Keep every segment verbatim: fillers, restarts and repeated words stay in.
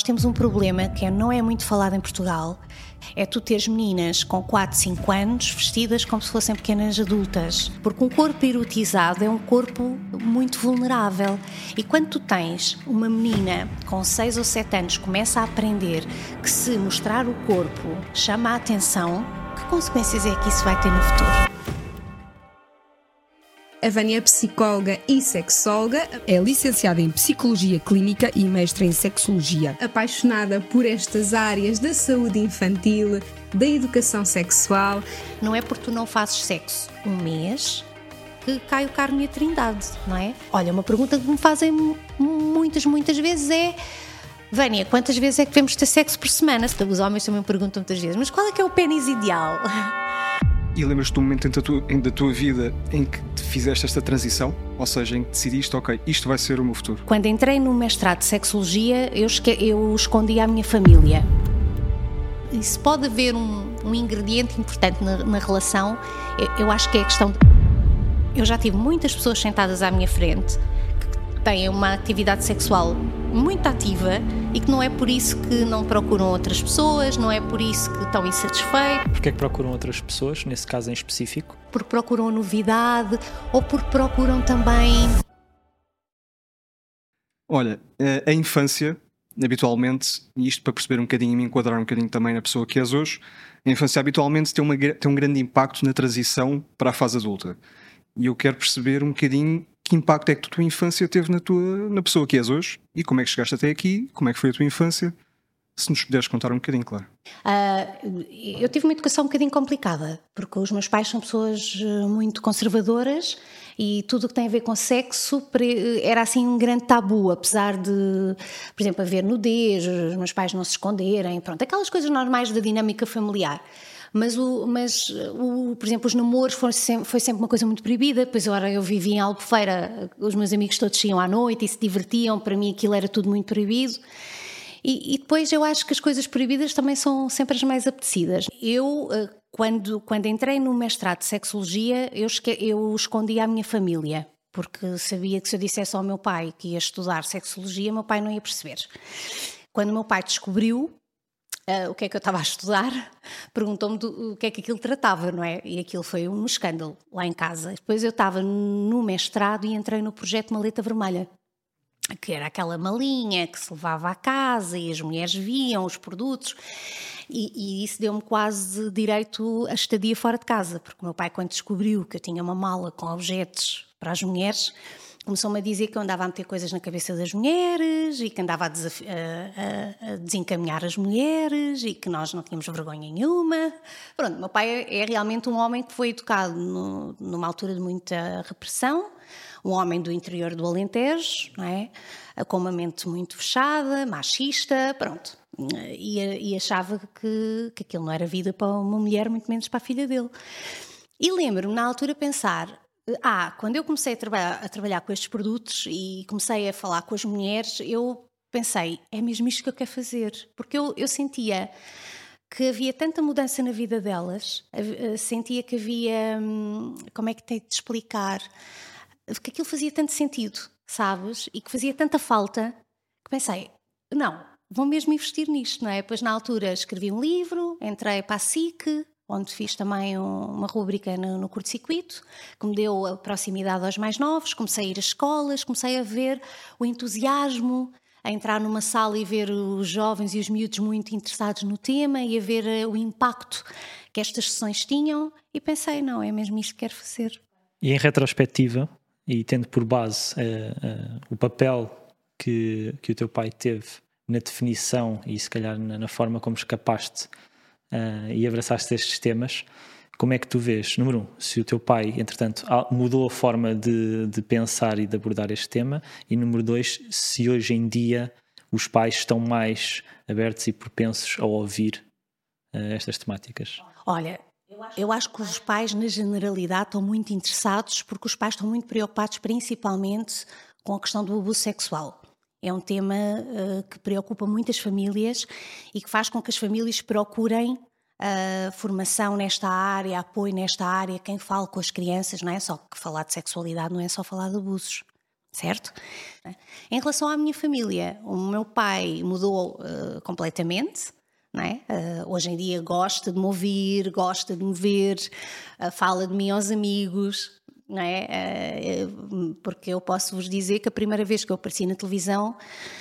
temos um problema que é, não é muito falado em Portugal, é tu teres meninas com quatro, cinco anos vestidas como se fossem pequenas adultas, porque um corpo erotizado é um corpo muito vulnerável, e quando tu tens uma menina com seis ou sete anos que começa a aprender que se mostrar o corpo chama a atenção, que consequências é que isso vai ter no futuro? A Vânia é psicóloga e sexóloga, é licenciada em Psicologia Clínica e mestre em Sexologia. Apaixonada por estas áreas da saúde infantil, da educação sexual. Não é porque tu não fazes sexo um mês que cai o carne e a trindade, não é? Olha, uma pergunta que me fazem muitas, muitas vezes é: Vânia, quantas vezes é que devemos ter sexo por semana? Os homens também me perguntam muitas vezes, mas qual é que é o pénis ideal? E lembras-te do momento da tua, da tua vida em que te fizeste esta transição? Ou seja, em que decidiste, ok, isto vai ser o meu futuro? Quando entrei no mestrado de Sexologia, eu, esque- eu escondi a minha família. E se pode haver um, um ingrediente importante na, na relação, eu, eu acho que é a questão de... Eu já tive muitas pessoas sentadas à minha frente que têm uma atividade sexual muito ativa e que não é por isso que não procuram outras pessoas, não é por isso que estão insatisfeitos. Porquê é que procuram outras pessoas, nesse caso em específico? Porque procuram novidade ou porque procuram também... Olha, a, a infância, habitualmente, e isto para perceber um bocadinho e me enquadrar um bocadinho também na pessoa que és hoje, a infância habitualmente tem, uma, tem um grande impacto na transição para a fase adulta. E eu quero perceber um bocadinho que impacto é que a tua infância teve na, tua, na pessoa que és hoje e como é que chegaste até aqui, como é que foi a tua infância, se nos puderes contar um bocadinho, claro. Uh, eu tive uma educação um bocadinho complicada, porque os meus pais são pessoas muito conservadoras e tudo o que tem a ver com sexo era assim um grande tabu, apesar de, por exemplo, haver nudez, os meus pais não se esconderem, pronto, aquelas coisas normais da dinâmica familiar. Mas, o, mas o, por exemplo, os namoros foram sempre, foi sempre uma coisa muito proibida. Depois agora eu vivia em Albufeira, os meus amigos todos iam à noite e se divertiam, para mim aquilo era tudo muito proibido. E, e depois eu acho que as coisas proibidas também são sempre as mais apetecidas. Eu, quando, quando entrei no mestrado de Sexologia, eu, eu escondi a minha família, porque sabia que se eu dissesse ao meu pai que ia estudar Sexologia, meu pai não ia perceber. Quando o meu pai descobriu Uh, o que é que eu estava a estudar, perguntou-me do, o que é que aquilo tratava, não é? E aquilo foi um escândalo lá em casa. Depois eu estava no mestrado e entrei no projeto Maleta Vermelha, que era aquela malinha que se levava à casa e as mulheres viam os produtos, e, e isso deu-me quase direito a estadia fora de casa, porque o meu pai, quando descobriu que eu tinha uma mala com objetos para as mulheres, começou-me a dizer que eu andava a meter coisas na cabeça das mulheres e que andava a, desafi- a, a, a desencaminhar as mulheres e que nós não tínhamos vergonha nenhuma. Pronto, meu pai é, é realmente um homem que foi educado no, numa altura de muita repressão, um homem do interior do Alentejo, não é? Com uma mente muito fechada, machista, pronto. E, e achava que, que aquilo não era vida para uma mulher, muito menos para a filha dele. E lembro-me, na altura, pensar... Ah, quando eu comecei a trabalhar, a trabalhar com estes produtos e comecei a falar com as mulheres, eu pensei, é mesmo isto que eu quero fazer. Porque eu, eu sentia que havia tanta mudança na vida delas, sentia que havia, como é que tenho de explicar, que aquilo fazia tanto sentido, sabes? E que fazia tanta falta, que pensei, não, vou mesmo investir nisto, não é? Pois na altura escrevi um livro, entrei para a S I C, onde fiz também um, uma rúbrica no, no curto-circuito, que me deu a proximidade aos mais novos, comecei a ir às escolas, comecei a ver o entusiasmo, a entrar numa sala e ver os jovens e os miúdos muito interessados no tema e a ver uh, o impacto que estas sessões tinham, e pensei, não, é mesmo isto que quero fazer. E em retrospectiva, e tendo por base uh, uh, o papel que, que o teu pai teve na definição e se calhar na, na forma como escapaste Uh, e abraçaste estes temas, como é que tu vês, número um, se o teu pai, entretanto, mudou a forma de, de pensar e de abordar este tema, e número dois, se hoje em dia os pais estão mais abertos e propensos a ouvir uh, estas temáticas? Olha, eu acho que os pais, na generalidade, estão muito interessados, porque os pais estão muito preocupados principalmente com a questão do abuso sexual. É um tema uh, que preocupa muitas famílias e que faz com que as famílias procurem uh, formação nesta área, apoio nesta área, quem fala com as crianças, não é só que falar de sexualidade, não é só falar de abusos. certo? Em relação à minha família, o meu pai mudou uh, completamente, não é? Uh, hoje em dia gosta de me ouvir, gosta de me ver, uh, fala de mim aos amigos, não é? Uh, porque eu posso vos dizer que a primeira vez que eu apareci na televisão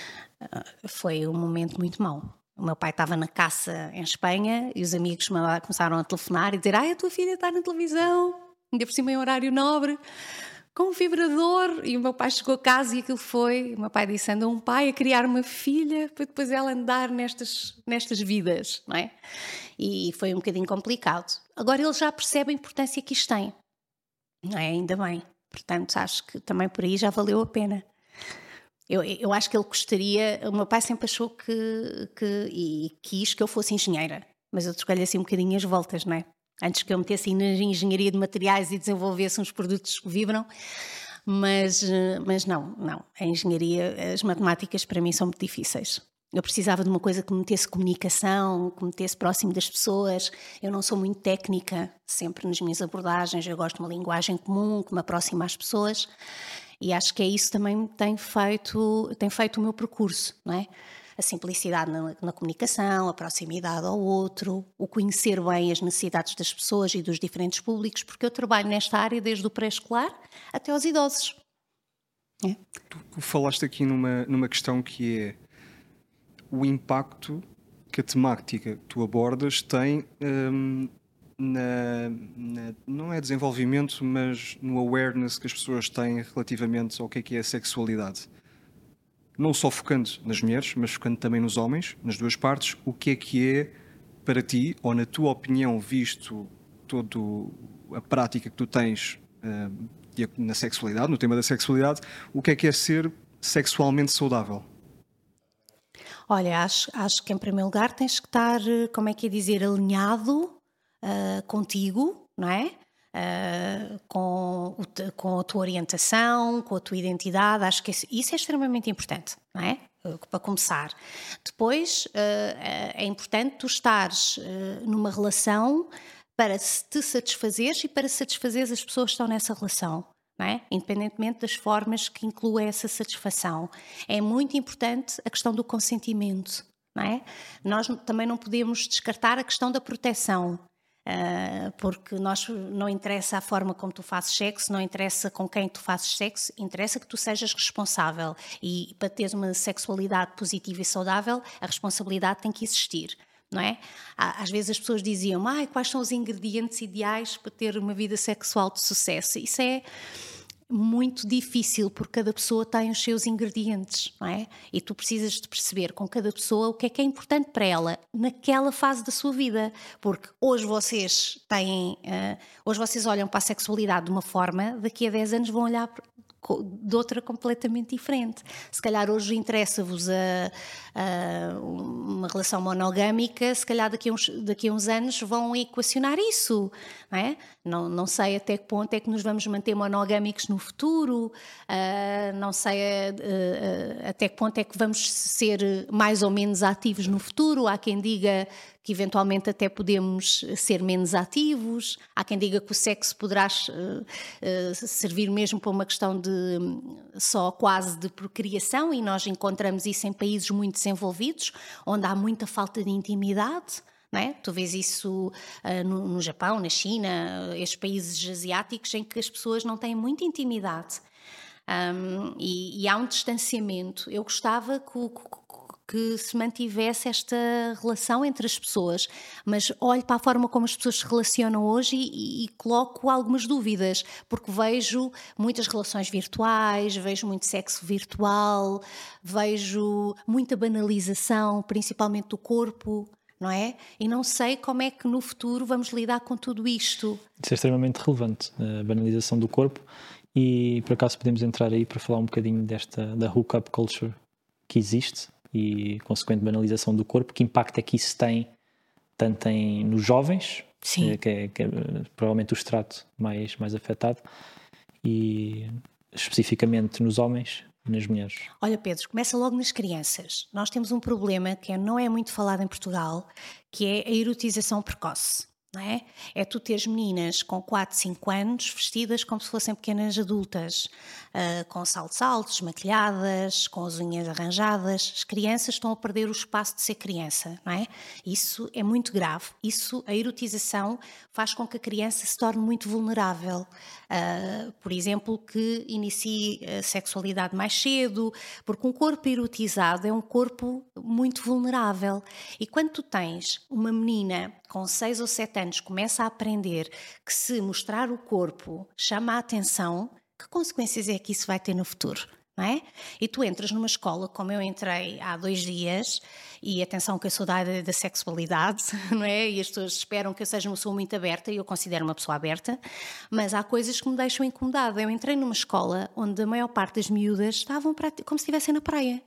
uh, foi um momento muito mau. O meu pai estava na caça em Espanha e os amigos começaram a telefonar e dizer: ai, a tua filha está na televisão, ainda por cima em horário nobre, com um vibrador. E o meu pai chegou a casa e aquilo foi, o meu pai disse: anda um pai a criar uma filha para depois ela andar nestas, nestas vidas, não é? E foi um bocadinho complicado. Agora ele já percebe a importância que isto tem, não é? Ainda bem. Portanto, acho que também por aí já valeu a pena. Eu, eu acho que ele gostaria, o meu pai sempre achou que, que e quis que eu fosse engenheira, mas eu troquei-lhe assim um bocadinho as voltas, não é? Antes que eu metesse na engenharia de materiais e desenvolvesse uns produtos que vibram, mas, mas não, não. A engenharia, as matemáticas para mim são muito difíceis. Eu precisava de uma coisa que me metesse comunicação, que me metesse próximo das pessoas. Eu não sou muito técnica, sempre nas minhas abordagens, eu gosto de uma linguagem comum, que me aproxima às pessoas, e acho que é isso também que tem feito, tem feito o meu percurso, não é? A simplicidade na, na comunicação, a proximidade ao outro, o conhecer bem as necessidades das pessoas e dos diferentes públicos, porque eu trabalho nesta área desde o pré-escolar até aos idosos. É. Tu, tu falaste aqui numa, numa questão que é o impacto que a temática que tu abordas tem hum, na, na, não é desenvolvimento, mas no awareness que as pessoas têm relativamente ao que é que é a sexualidade. Não só focando nas mulheres, mas focando também nos homens, nas duas partes, o que é que é para ti, ou na tua opinião, visto toda a prática que tu tens uh, na sexualidade, no tema da sexualidade, o que é que é ser sexualmente saudável? Olha, acho, acho que em primeiro lugar tens que estar, como é que é dizer, alinhado uh, contigo, não é? Uh, com, o, com a tua orientação, com a tua identidade. Acho que isso é extremamente importante, não é? Uh, para começar. Depois, uh, é importante tu estares uh, numa relação para te satisfazeres e para satisfazeres as pessoas que estão nessa relação, não é? Independentemente das formas que inclua essa satisfação. É muito importante a questão do consentimento, não é? Nós também não podemos descartar a questão da proteção. Uh, porque nós, não interessa a forma como tu fazes sexo, não interessa com quem tu fazes sexo, interessa que tu sejas responsável, e para teres uma sexualidade positiva e saudável, a responsabilidade tem que existir, não é? Às vezes as pessoas diziam: ah, quais são os ingredientes ideais para ter uma vida sexual de sucesso? Isso é muito difícil, porque cada pessoa tem os seus ingredientes, não é? E tu precisas de perceber com cada pessoa o que é que é importante para ela naquela fase da sua vida, porque hoje vocês têm, uh, hoje vocês olham para a sexualidade de uma forma, daqui a dez anos vão olhar de outra completamente diferente. Se calhar hoje interessa-vos a, a uma relação monogâmica, se calhar daqui a uns, daqui a uns anos vão equacionar isso, não é? Não, não sei até que ponto é que nos vamos manter monogâmicos no futuro, uh, não sei uh, uh, até que ponto é que vamos ser mais ou menos ativos no futuro. Há quem diga que eventualmente até podemos ser menos ativos, há quem diga que o sexo poderá uh, uh, servir mesmo para uma questão de um, só quase de procriação, e nós encontramos isso em países muito desenvolvidos, onde há muita falta de intimidade. Não é? Tu vês isso uh, no, no Japão, na China, estes países asiáticos em que as pessoas não têm muita intimidade, um, e, e há um distanciamento. Eu gostava que, que se mantivesse esta relação entre as pessoas, mas olho para a forma como as pessoas se relacionam hoje e, e coloco algumas dúvidas, porque vejo muitas relações virtuais, vejo muito sexo virtual, vejo muita banalização, principalmente do corpo, não é? E não sei como é que no futuro vamos lidar com tudo isto. Isso é extremamente relevante, a banalização do corpo, e por acaso podemos entrar aí para falar um bocadinho desta, da hookup culture que existe e consequente banalização do corpo. Que impacto é que isso tem tanto em, nos jovens, Sim. Que, é, que é provavelmente o extrato mais, mais afetado, e especificamente nos homens, nas mulheres? Olha, Pedro, começa logo nas crianças. Nós temos um problema que não é muito falado em Portugal, que é a erotização precoce. não é? É tu teres meninas com quatro, cinco anos vestidas como se fossem pequenas adultas, uh, com saltos altos, maquilhadas, com as unhas arranjadas. As crianças estão a perder o espaço de ser criança, não é? Isso é muito grave. Isso, a erotização faz com que a criança se torne muito vulnerável. Uh, por exemplo, que inicie a sexualidade mais cedo, porque um corpo erotizado é um corpo muito vulnerável. E quando tu tens uma menina com seis ou sete anos começa a aprender que se mostrar o corpo chama a atenção, que consequências é que isso vai ter no futuro? Não é? E tu entras numa escola, como eu entrei há dois dias, e atenção que eu sou da área da sexualidade, não é? E as pessoas esperam que eu seja uma pessoa muito aberta, e eu considero uma pessoa aberta, mas há coisas que me deixam incomodada. Eu entrei numa escola onde a maior parte das miúdas estavam como se estivessem na praia.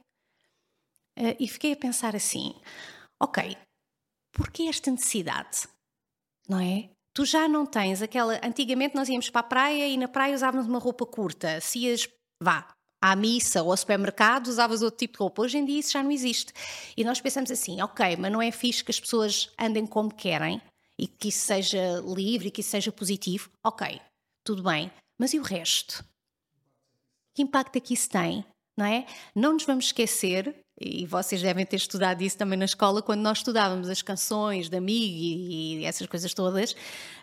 E fiquei a pensar assim, ok, porquê esta necessidade? Não é? Tu já não tens aquela... Antigamente nós íamos para a praia e na praia usávamos uma roupa curta. Se ias, vá, à missa ou ao supermercado, usavas outro tipo de roupa. Hoje em dia isso já não existe. E nós pensamos assim, ok, mas não é fixe que as pessoas andem como querem e que isso seja livre e que isso seja positivo. Ok, tudo bem. Mas e o resto? Que impacto é que isso tem? Não é? Não nos vamos esquecer, e vocês devem ter estudado isso também na escola, quando nós estudávamos as canções da Mig e essas coisas todas, uh,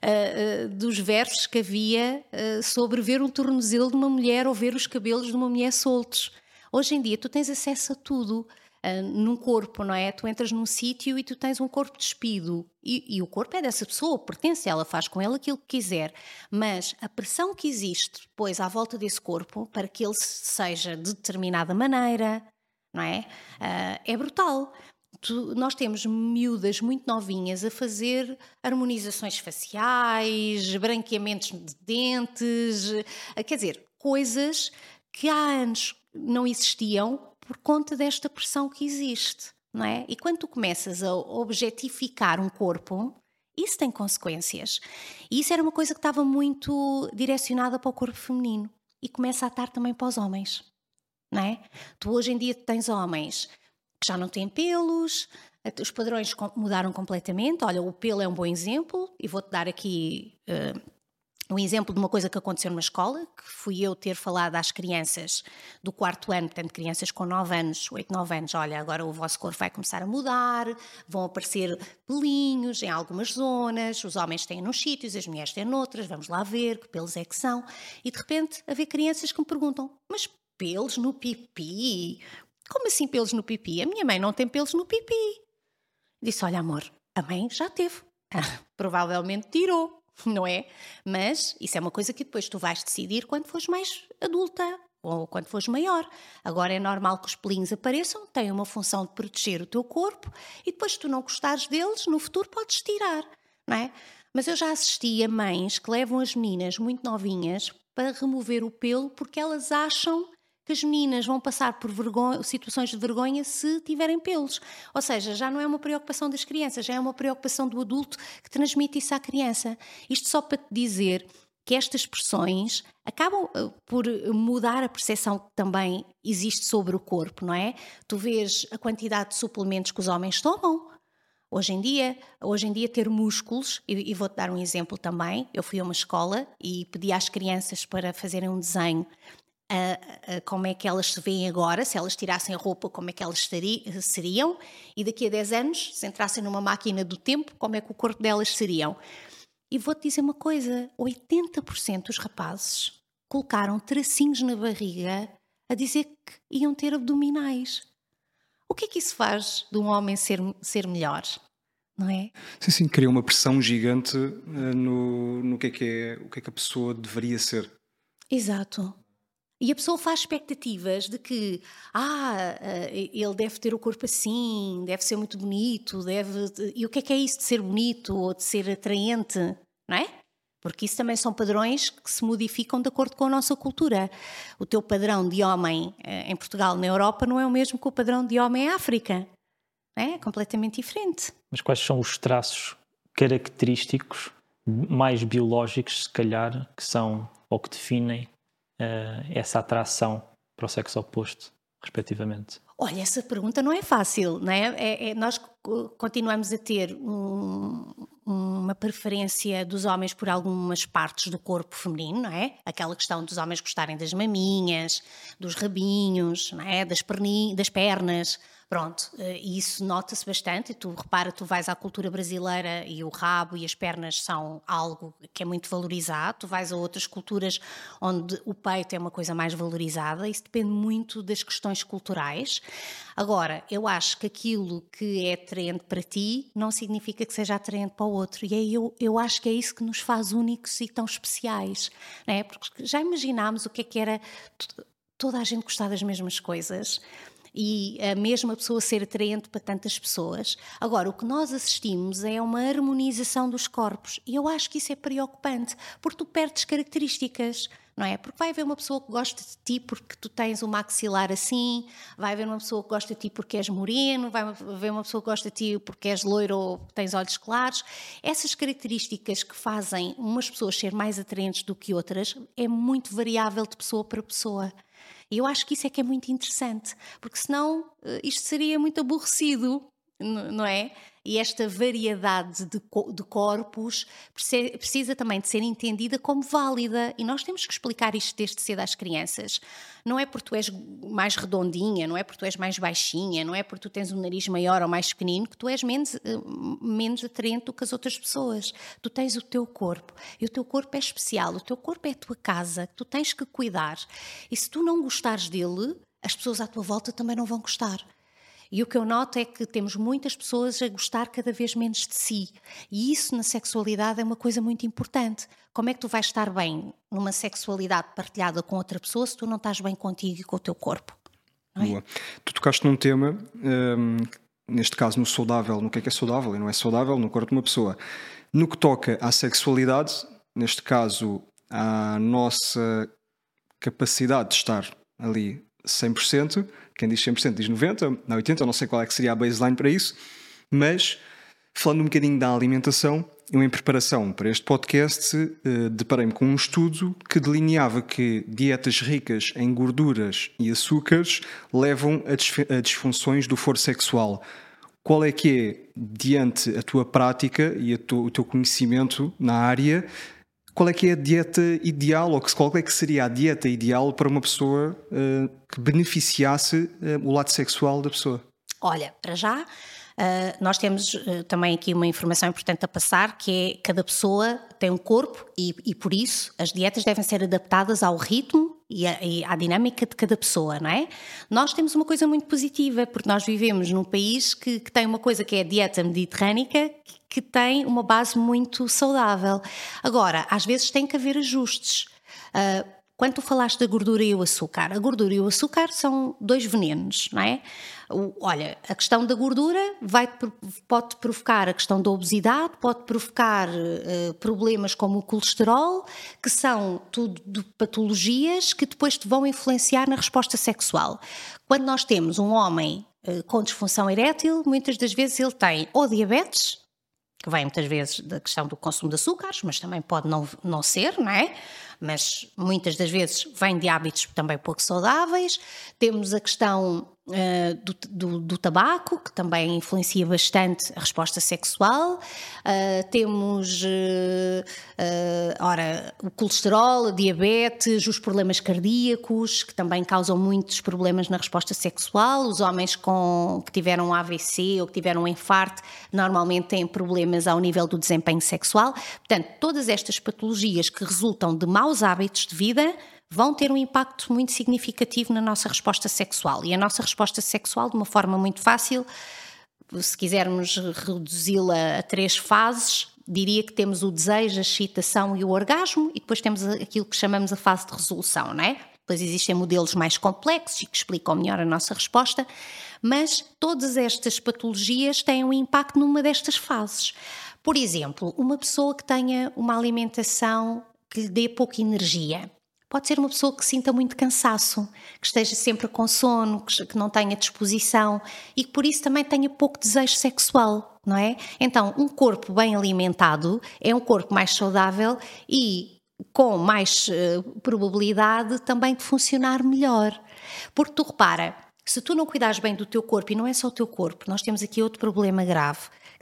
uh, dos versos que havia uh, sobre ver um tornozelo de uma mulher ou ver os cabelos de uma mulher soltos. Hoje em dia tu tens acesso a tudo. Uh, num corpo, não é? Tu entras num sítio e tu tens um corpo despido e, e o corpo é dessa pessoa, pertence, ela faz com ele aquilo que quiser, mas a pressão que existe depois à volta desse corpo para que ele seja de determinada maneira, não é? Uh, é brutal. Tu, nós temos miúdas muito novinhas a fazer harmonizações faciais, branqueamentos de dentes, uh, quer dizer, coisas que há anos não existiam por conta desta pressão que existe, não é? E quando tu começas a objetificar um corpo, isso tem consequências. E isso era uma coisa que estava muito direcionada para o corpo feminino e começa a estar também para os homens, não é? Tu hoje em dia tens homens que já não têm pelos, os padrões mudaram completamente. Olha, o pelo é um bom exemplo e vou-te dar aqui... Uh, Um exemplo de uma coisa que aconteceu numa escola, que fui eu ter falado às crianças do quarto ano, portanto crianças com nove anos, oito, nove anos, olha, agora o vosso corpo vai começar a mudar, vão aparecer pelinhos em algumas zonas, os homens têm nos sítios, as mulheres têm noutras, vamos lá ver que pelos é que são. E de repente haver crianças que me perguntam, mas pelos no pipi? Como assim pelos no pipi? A minha mãe não tem pelos no pipi. Disse, olha amor, a mãe já teve, provavelmente tirou. Não é? Mas isso é uma coisa que depois tu vais decidir quando fores mais adulta ou quando fores maior. Agora é normal que os pelinhos apareçam, têm uma função de proteger o teu corpo e depois se tu não gostares deles, no futuro podes tirar, não é? Mas eu já assisti a mães que levam as meninas muito novinhas para remover o pelo porque elas acham que as meninas vão passar por vergonha, situações de vergonha se tiverem pelos. Ou seja, já não é uma preocupação das crianças, já é uma preocupação do adulto que transmite isso à criança. Isto só para te dizer que estas expressões acabam por mudar a percepção que também existe sobre o corpo, não é? Tu vês a quantidade de suplementos que os homens tomam. Hoje em dia, hoje em dia ter músculos, e, e vou-te dar um exemplo também, eu fui a uma escola e pedi às crianças para fazerem um desenho A, a, como é que elas se veem agora, se elas tirassem a roupa, como é que elas seri, seriam, e daqui a dez anos, se entrassem numa máquina do tempo, como é que o corpo delas seriam. E vou-te dizer uma coisa, oitenta por cento dos rapazes colocaram tracinhos na barriga a dizer que iam ter abdominais. O que é que isso faz de um homem ser, ser melhor? Não é? Sim, sim, cria uma pressão gigante uh, no, no que é que é, o que é que a pessoa deveria ser. Exato. E a pessoa faz expectativas de que ah, ele deve ter o corpo assim, deve ser muito bonito, deve... E o que é que é isso de ser bonito ou de ser atraente, não é? Porque isso também são padrões que se modificam de acordo com a nossa cultura. O teu padrão de homem em Portugal, na Europa, não é o mesmo que o padrão de homem em África. Não é? É completamente diferente. Mas quais são os traços característicos mais biológicos, se calhar, que são ou que definem Uh, essa atração para o sexo oposto, respectivamente? Olha, essa pergunta não é fácil, não é? É, é nós continuamos a ter um, uma preferência dos homens por algumas partes do corpo feminino, não é? Aquela questão dos homens gostarem das maminhas, dos rabinhos, não é? Das, perni- das pernas. Pronto, e isso nota-se bastante. E tu repara, tu vais à cultura brasileira e o rabo e as pernas são algo que é muito valorizado. Tu vais a outras culturas onde o peito é uma coisa mais valorizada. Isso depende muito das questões culturais. Agora, eu acho que aquilo que é atraente para ti não significa que seja atraente para o outro. E aí eu, eu acho que é isso que nos faz únicos e tão especiais, não é? Porque já imaginámos o que é que era toda a gente gostar das mesmas coisas e a mesma pessoa ser atraente para tantas pessoas. Agora, o que nós assistimos é uma harmonização dos corpos e eu acho que isso é preocupante, porque tu perdes características, não é? Porque vai haver uma pessoa que gosta de ti porque tu tens o maxilar assim, vai haver uma pessoa que gosta de ti porque és moreno, vai haver uma pessoa que gosta de ti porque és loiro ou tens olhos claros. Essas características que fazem umas pessoas ser mais atraentes do que outras é muito variável de pessoa para pessoa. E eu acho que isso é que é muito interessante, porque senão isto seria muito aborrecido, não é? E esta variedade de, de corpos precisa também de ser entendida como válida. E nós temos que explicar isto desde cedo às crianças. Não é porque tu és mais redondinha, não é porque tu és mais baixinha, não é porque tu tens um nariz maior ou mais pequenino que tu és menos, menos atraente do que as outras pessoas. Tu tens o teu corpo. E o teu corpo é especial. O teu corpo é a tua casa. Tu tens que cuidar. E se tu não gostares dele, as pessoas à tua volta também não vão gostar. E o que eu noto é que temos muitas pessoas a gostar cada vez menos de si. E isso na sexualidade é uma coisa muito importante. Como é que tu vais estar bem numa sexualidade partilhada com outra pessoa se tu não estás bem contigo e com o teu corpo? Não é? Boa. Tu tocaste num tema, hum, neste caso no saudável, no que é que é saudável e não é saudável no corpo de uma pessoa. No que toca à sexualidade, neste caso à nossa capacidade de estar ali cem por cento, quem diz cem por cento diz noventa por cento, não oitenta por cento, eu não sei qual é que seria a baseline para isso, mas falando um bocadinho da alimentação, eu em preparação para este podcast eh, deparei-me com um estudo que delineava que dietas ricas em gorduras e açúcares levam a, disf- a disfunções do foro sexual. Qual é que é, diante a tua prática e a tu- o teu conhecimento na área, qual é que é a dieta ideal, ou qual é que seria a dieta ideal para uma pessoa uh, que beneficiasse uh, o lado sexual da pessoa? Olha, para já, uh, nós temos uh, também aqui uma informação importante a passar, que é cada pessoa tem um corpo e, e por isso as dietas devem ser adaptadas ao ritmo e, a, e à dinâmica de cada pessoa, não é? Nós temos uma coisa muito positiva, porque nós vivemos num país que, que tem uma coisa que é a dieta mediterrânica, que, que tem uma base muito saudável. Agora, às vezes tem que haver ajustes. Uh, Quando tu falaste da gordura e o açúcar, a gordura e o açúcar são dois venenos, não é? Olha, a questão da gordura vai, pode provocar a questão da obesidade, pode provocar uh, problemas como o colesterol, que são tudo de patologias que depois te vão influenciar na resposta sexual. Quando nós temos um homem uh, com disfunção erétil, muitas das vezes ele tem ou diabetes, que vem muitas vezes da questão do consumo de açúcares, mas também pode não, não ser, não é? Mas muitas das vezes vem de hábitos também pouco saudáveis. Temos a questão uh, do, do, do tabaco, que também influencia bastante a resposta sexual. Uh, temos uh, uh, ora, o colesterol, a diabetes, os problemas cardíacos, que também causam muitos problemas na resposta sexual. Os homens com, que tiveram um A V C ou que tiveram um infarto normalmente têm problemas ao nível do desempenho sexual. Portanto, todas estas patologias que resultam de maus hábitos de vida vão ter um impacto muito significativo na nossa resposta sexual. E a nossa resposta sexual, de uma forma muito fácil, se quisermos reduzi-la a três fases, diria que temos o desejo, a excitação e o orgasmo, e depois temos aquilo que chamamos a fase de resolução, não é? Depois existem modelos mais complexos e que explicam melhor a nossa resposta, mas todas estas patologias têm um impacto numa destas fases. Por exemplo, uma pessoa que tenha uma alimentação que lhe dê pouca energia. Pode ser uma pessoa que sinta muito cansaço, que esteja sempre com sono, que não tenha disposição e que por isso também tenha pouco desejo sexual, não é? Então, um corpo bem alimentado é um corpo mais saudável e com mais uh, probabilidade também de funcionar melhor. Porque tu repara, se tu não cuidares bem do teu corpo, e não é só o teu corpo, nós temos aqui outro problema grave, que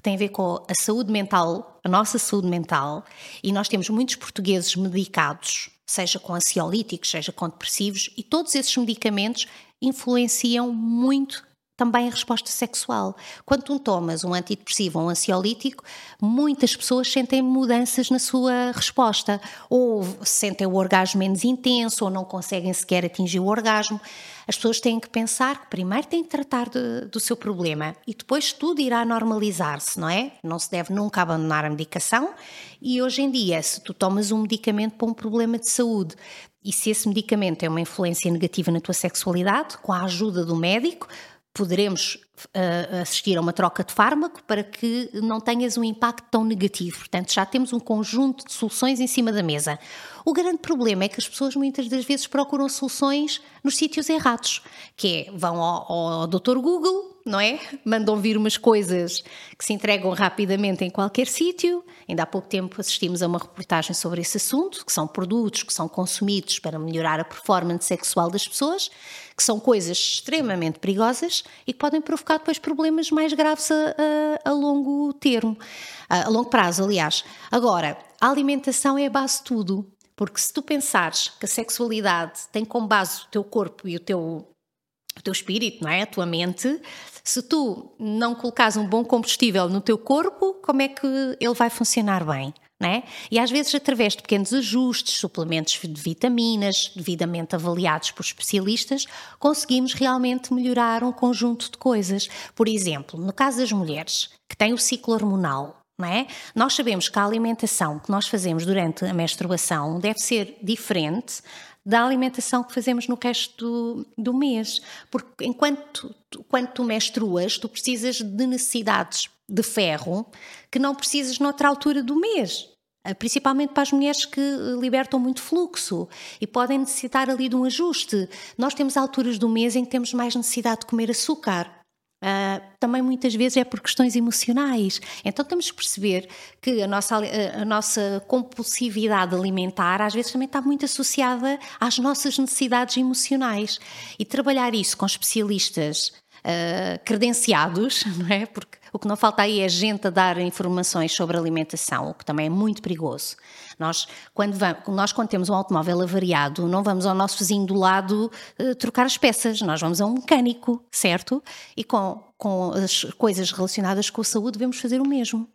tem a ver com a saúde mental, a nossa saúde mental, e nós temos muitos portugueses medicados, seja com ansiolíticos, seja com depressivos, e todos esses medicamentos influenciam muito também a resposta sexual. Quando tu tomas um antidepressivo ou um ansiolítico, muitas pessoas sentem mudanças na sua resposta, ou sentem o orgasmo menos intenso, ou não conseguem sequer atingir o orgasmo. As pessoas têm que pensar que primeiro têm que tratar de, do seu problema e depois tudo irá normalizar-se, não é? Não se deve nunca abandonar a medicação, e hoje em dia, se tu tomas um medicamento para um problema de saúde e se esse medicamento tem uma influência negativa na tua sexualidade, com a ajuda do médico, poderemos uh, assistir a uma troca de fármaco para que não tenhas um impacto tão negativo. Portanto, já temos um conjunto de soluções em cima da mesa. O grande problema é que as pessoas muitas das vezes procuram soluções nos sítios errados, que é, vão ao, ao doutor Google, não é? Mandam vir umas coisas que se entregam rapidamente em qualquer sítio. Ainda há pouco tempo assistimos a uma reportagem sobre esse assunto, que são produtos que são consumidos para melhorar a performance sexual das pessoas, que são coisas extremamente perigosas e que podem provocar depois problemas mais graves a, a, a longo termo, a, a longo prazo, aliás. Agora, a alimentação é a base de tudo, porque se tu pensares que a sexualidade tem como base o teu corpo e o teu, o teu espírito, não é? A tua mente, se tu não colocares um bom combustível no teu corpo, como é que ele vai funcionar bem? Não é? E às vezes, através de pequenos ajustes, suplementos de vitaminas, devidamente avaliados por especialistas, conseguimos realmente melhorar um conjunto de coisas. Por exemplo, no caso das mulheres que têm o ciclo hormonal, não é? Nós sabemos que a alimentação que nós fazemos durante a menstruação deve ser diferente da alimentação que fazemos no resto do, do mês, porque enquanto tu, quando tu menstruas, tu precisas de necessidades de ferro que não precisas noutra altura do mês, principalmente para as mulheres que libertam muito fluxo e podem necessitar ali de um ajuste. Nós temos alturas do mês em que temos mais necessidade de comer açúcar. Uh, também muitas vezes é por questões emocionais. Então temos que perceber que a nossa, a, a nossa compulsividade alimentar às vezes também está muito associada às nossas necessidades emocionais, e trabalhar isso com especialistas uh, credenciados, não é? Porque o que não falta aí é gente a dar informações sobre alimentação, o que também é muito perigoso. Nós quando, vamos, nós, quando temos um automóvel avariado, não vamos ao nosso vizinho do lado uh, trocar as peças, nós vamos a um mecânico, certo? E com, com as coisas relacionadas com a saúde devemos fazer o mesmo.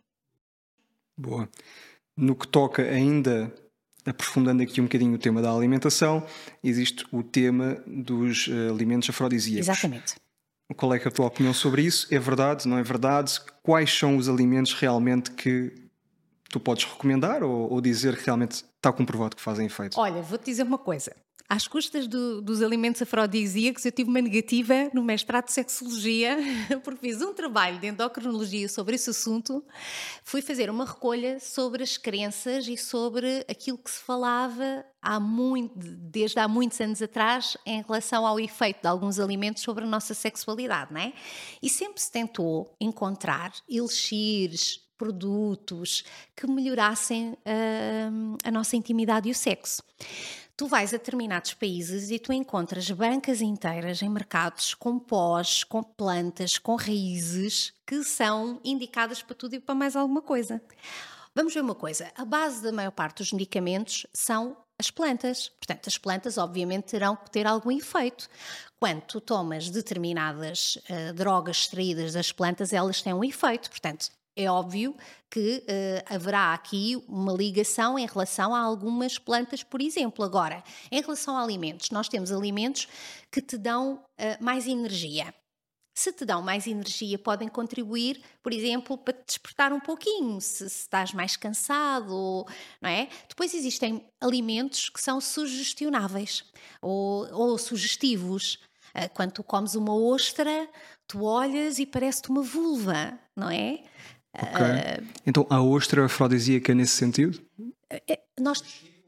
Boa. No que toca ainda, aprofundando aqui um bocadinho o tema da alimentação, existe o tema dos uh, alimentos afrodisíacos. Exatamente. Qual é, que é a tua opinião sobre isso? É verdade, não é verdade? Quais são os alimentos realmente que tu podes recomendar ou, ou dizer que realmente está comprovado que fazem efeito? Olha, vou-te dizer uma coisa. Às custas do, dos alimentos afrodisíacos, eu tive uma negativa no mestrado de Sexologia, porque fiz um trabalho de endocrinologia sobre esse assunto. Fui fazer uma recolha sobre as crenças e sobre aquilo que se falava há muito, desde há muitos anos atrás em relação ao efeito de alguns alimentos sobre a nossa sexualidade, não é? E sempre se tentou encontrar elixires, produtos que melhorassem uh, a nossa intimidade e o sexo. Tu vais a determinados países e tu encontras bancas inteiras em mercados com pós, com plantas, com raízes que são indicadas para tudo e para mais alguma coisa. Vamos ver uma coisa, a base da maior parte dos medicamentos são as plantas. Portanto, as plantas obviamente terão que ter algum efeito. Quando tu tomas determinadas uh, drogas extraídas das plantas, elas têm um efeito. Portanto, é óbvio que uh, haverá aqui uma ligação em relação a algumas plantas, por exemplo. Agora, em relação a alimentos, nós temos alimentos que te dão uh, mais energia. Se te dão mais energia, podem contribuir, por exemplo, para te despertar um pouquinho, se, se estás mais cansado, não é? Depois existem alimentos que são sugestionáveis ou, ou sugestivos. Uh, quando tu comes uma ostra, tu olhas e parece-te uma vulva, não é? Ok. Uh, então a ostra afrodisíaca nesse sentido? É, nós...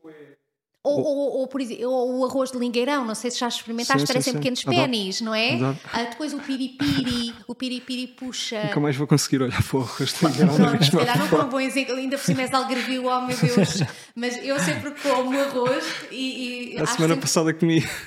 Ou, ou, ou, por exemplo, ou o arroz de lingueirão, não sei se já experimentaste, sim, parecem sim, pequenos sim. pénis, não é? Uh, depois o piripiri, o piripiri puxa... Nunca mais vou conseguir olhar para o arroz de lingueirão. Pronto, se calhar não foram bons exemplos, ainda por cima és de Algarvio, oh meu Deus, mas eu sempre como arroz e... e a semana sempre... passada comi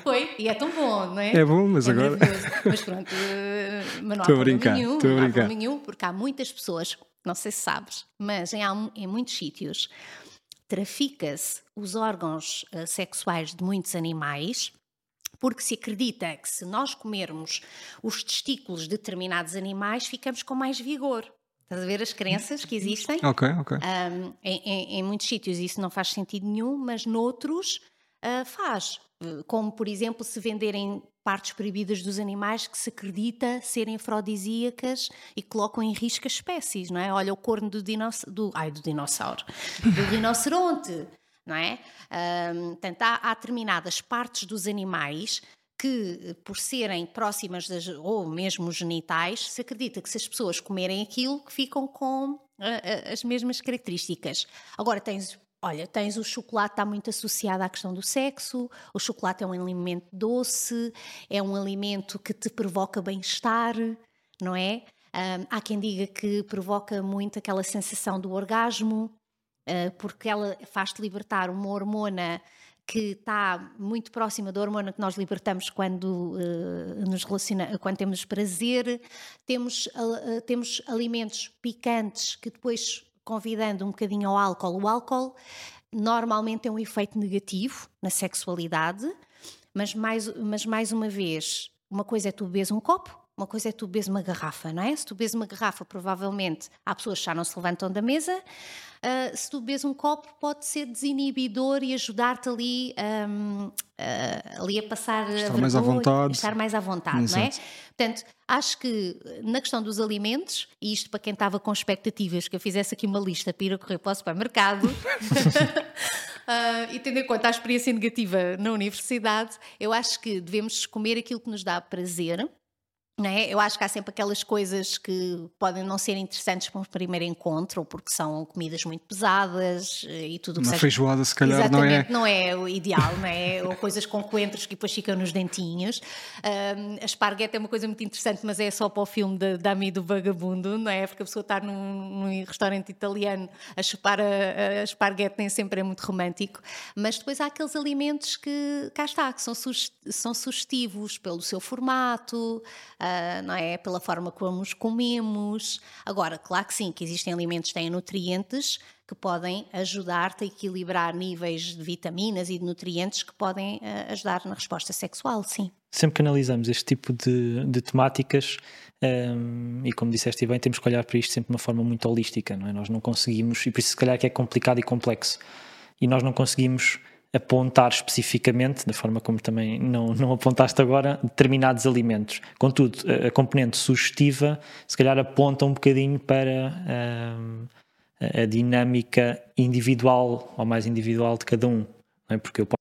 Foi, e é tão bom, não é? É bom, mas é agora... Mas pronto, uh, mas não há Estou a problema brincar, nenhum, estou a não há brincar. problema nenhum, porque há muitas pessoas, não sei se sabes, mas em, em muitos sítios trafica-se os órgãos uh, sexuais de muitos animais, porque se acredita que se nós comermos os testículos de determinados animais, ficamos com mais vigor. Estás a ver as crenças que existem? Ok, ok. Um, em, em, em muitos sítios isso não faz sentido nenhum, mas noutros uh, faz. Como, por exemplo, se venderem partes proibidas dos animais que se acredita serem afrodisíacas e colocam em risco as espécies, não é? Olha o corno do dinossauro, do, ai, do dinossauro, do rinoceronte, não é? Um, portanto, há, há determinadas partes dos animais que, por serem próximas das, ou mesmo genitais, se acredita que se as pessoas comerem aquilo, que ficam com uh, uh, as mesmas características. Agora tens... Olha, tens o chocolate, está muito associado à questão do sexo, o chocolate é um alimento doce, é um alimento que te provoca bem-estar, não é? Um, há quem diga que provoca muito aquela sensação do orgasmo, uh, porque ela faz-te libertar uma hormona que está muito próxima da hormona que nós libertamos quando, uh, nos relaciona, quando temos prazer. Temos, uh, temos alimentos picantes que depois... convidando um bocadinho ao álcool. O álcool normalmente tem um efeito negativo na sexualidade, mas mais, mas mais uma vez, uma coisa é tu bebes um copo, uma coisa é tu bebes uma garrafa, não é? Se tu bebes uma garrafa, provavelmente há pessoas que já não se levantam da mesa. Uh, se tu bebes um copo, pode ser desinibidor e ajudar-te ali, um, uh, ali a passar estar a vergonha, mais à vontade. estar mais à vontade, Exato. não é? Portanto, acho que na questão dos alimentos, e isto para quem estava com expectativas que eu fizesse aqui uma lista para ir a correr para o supermercado, uh, e tendo em conta a experiência negativa na universidade, eu acho que devemos comer aquilo que nos dá prazer. Não é? Eu acho que há sempre aquelas coisas que podem não ser interessantes para um primeiro encontro, ou porque são comidas muito pesadas e tudo o que Uma seja. feijoada, se calhar, Exatamente, não é... não é o ideal, não é? Ou coisas com coentros que depois ficam nos dentinhos. Um, a esparguete é uma coisa muito interessante, mas é só para o filme da Dama e do Vagabundo, não é? Porque a pessoa estar num, num restaurante italiano a chupar a, a esparguete nem sempre é muito romântico. Mas depois há aqueles alimentos que, cá está, que são, são sugestivos pelo seu formato, Uh, não é? Pela forma como os comemos. Agora, claro que sim, que existem alimentos que têm nutrientes que podem ajudar-te a equilibrar níveis de vitaminas e de nutrientes que podem uh, ajudar na resposta sexual, sim. Sempre que analisamos este tipo de, de temáticas, um, e como disseste bem, temos que olhar para isto sempre de uma forma muito holística, não é? Nós não conseguimos, e por isso se calhar que é complicado e complexo, e nós não conseguimos apontar especificamente, da forma como também não, não apontaste agora, determinados alimentos. Contudo, a componente sugestiva se calhar aponta um bocadinho para um, a dinâmica individual, ou mais individual de cada um, não é? Porque eu posso...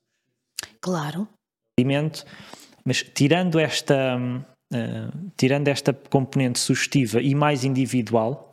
Claro. Alimento, mas tirando esta, uh, tirando esta componente sugestiva e mais individual,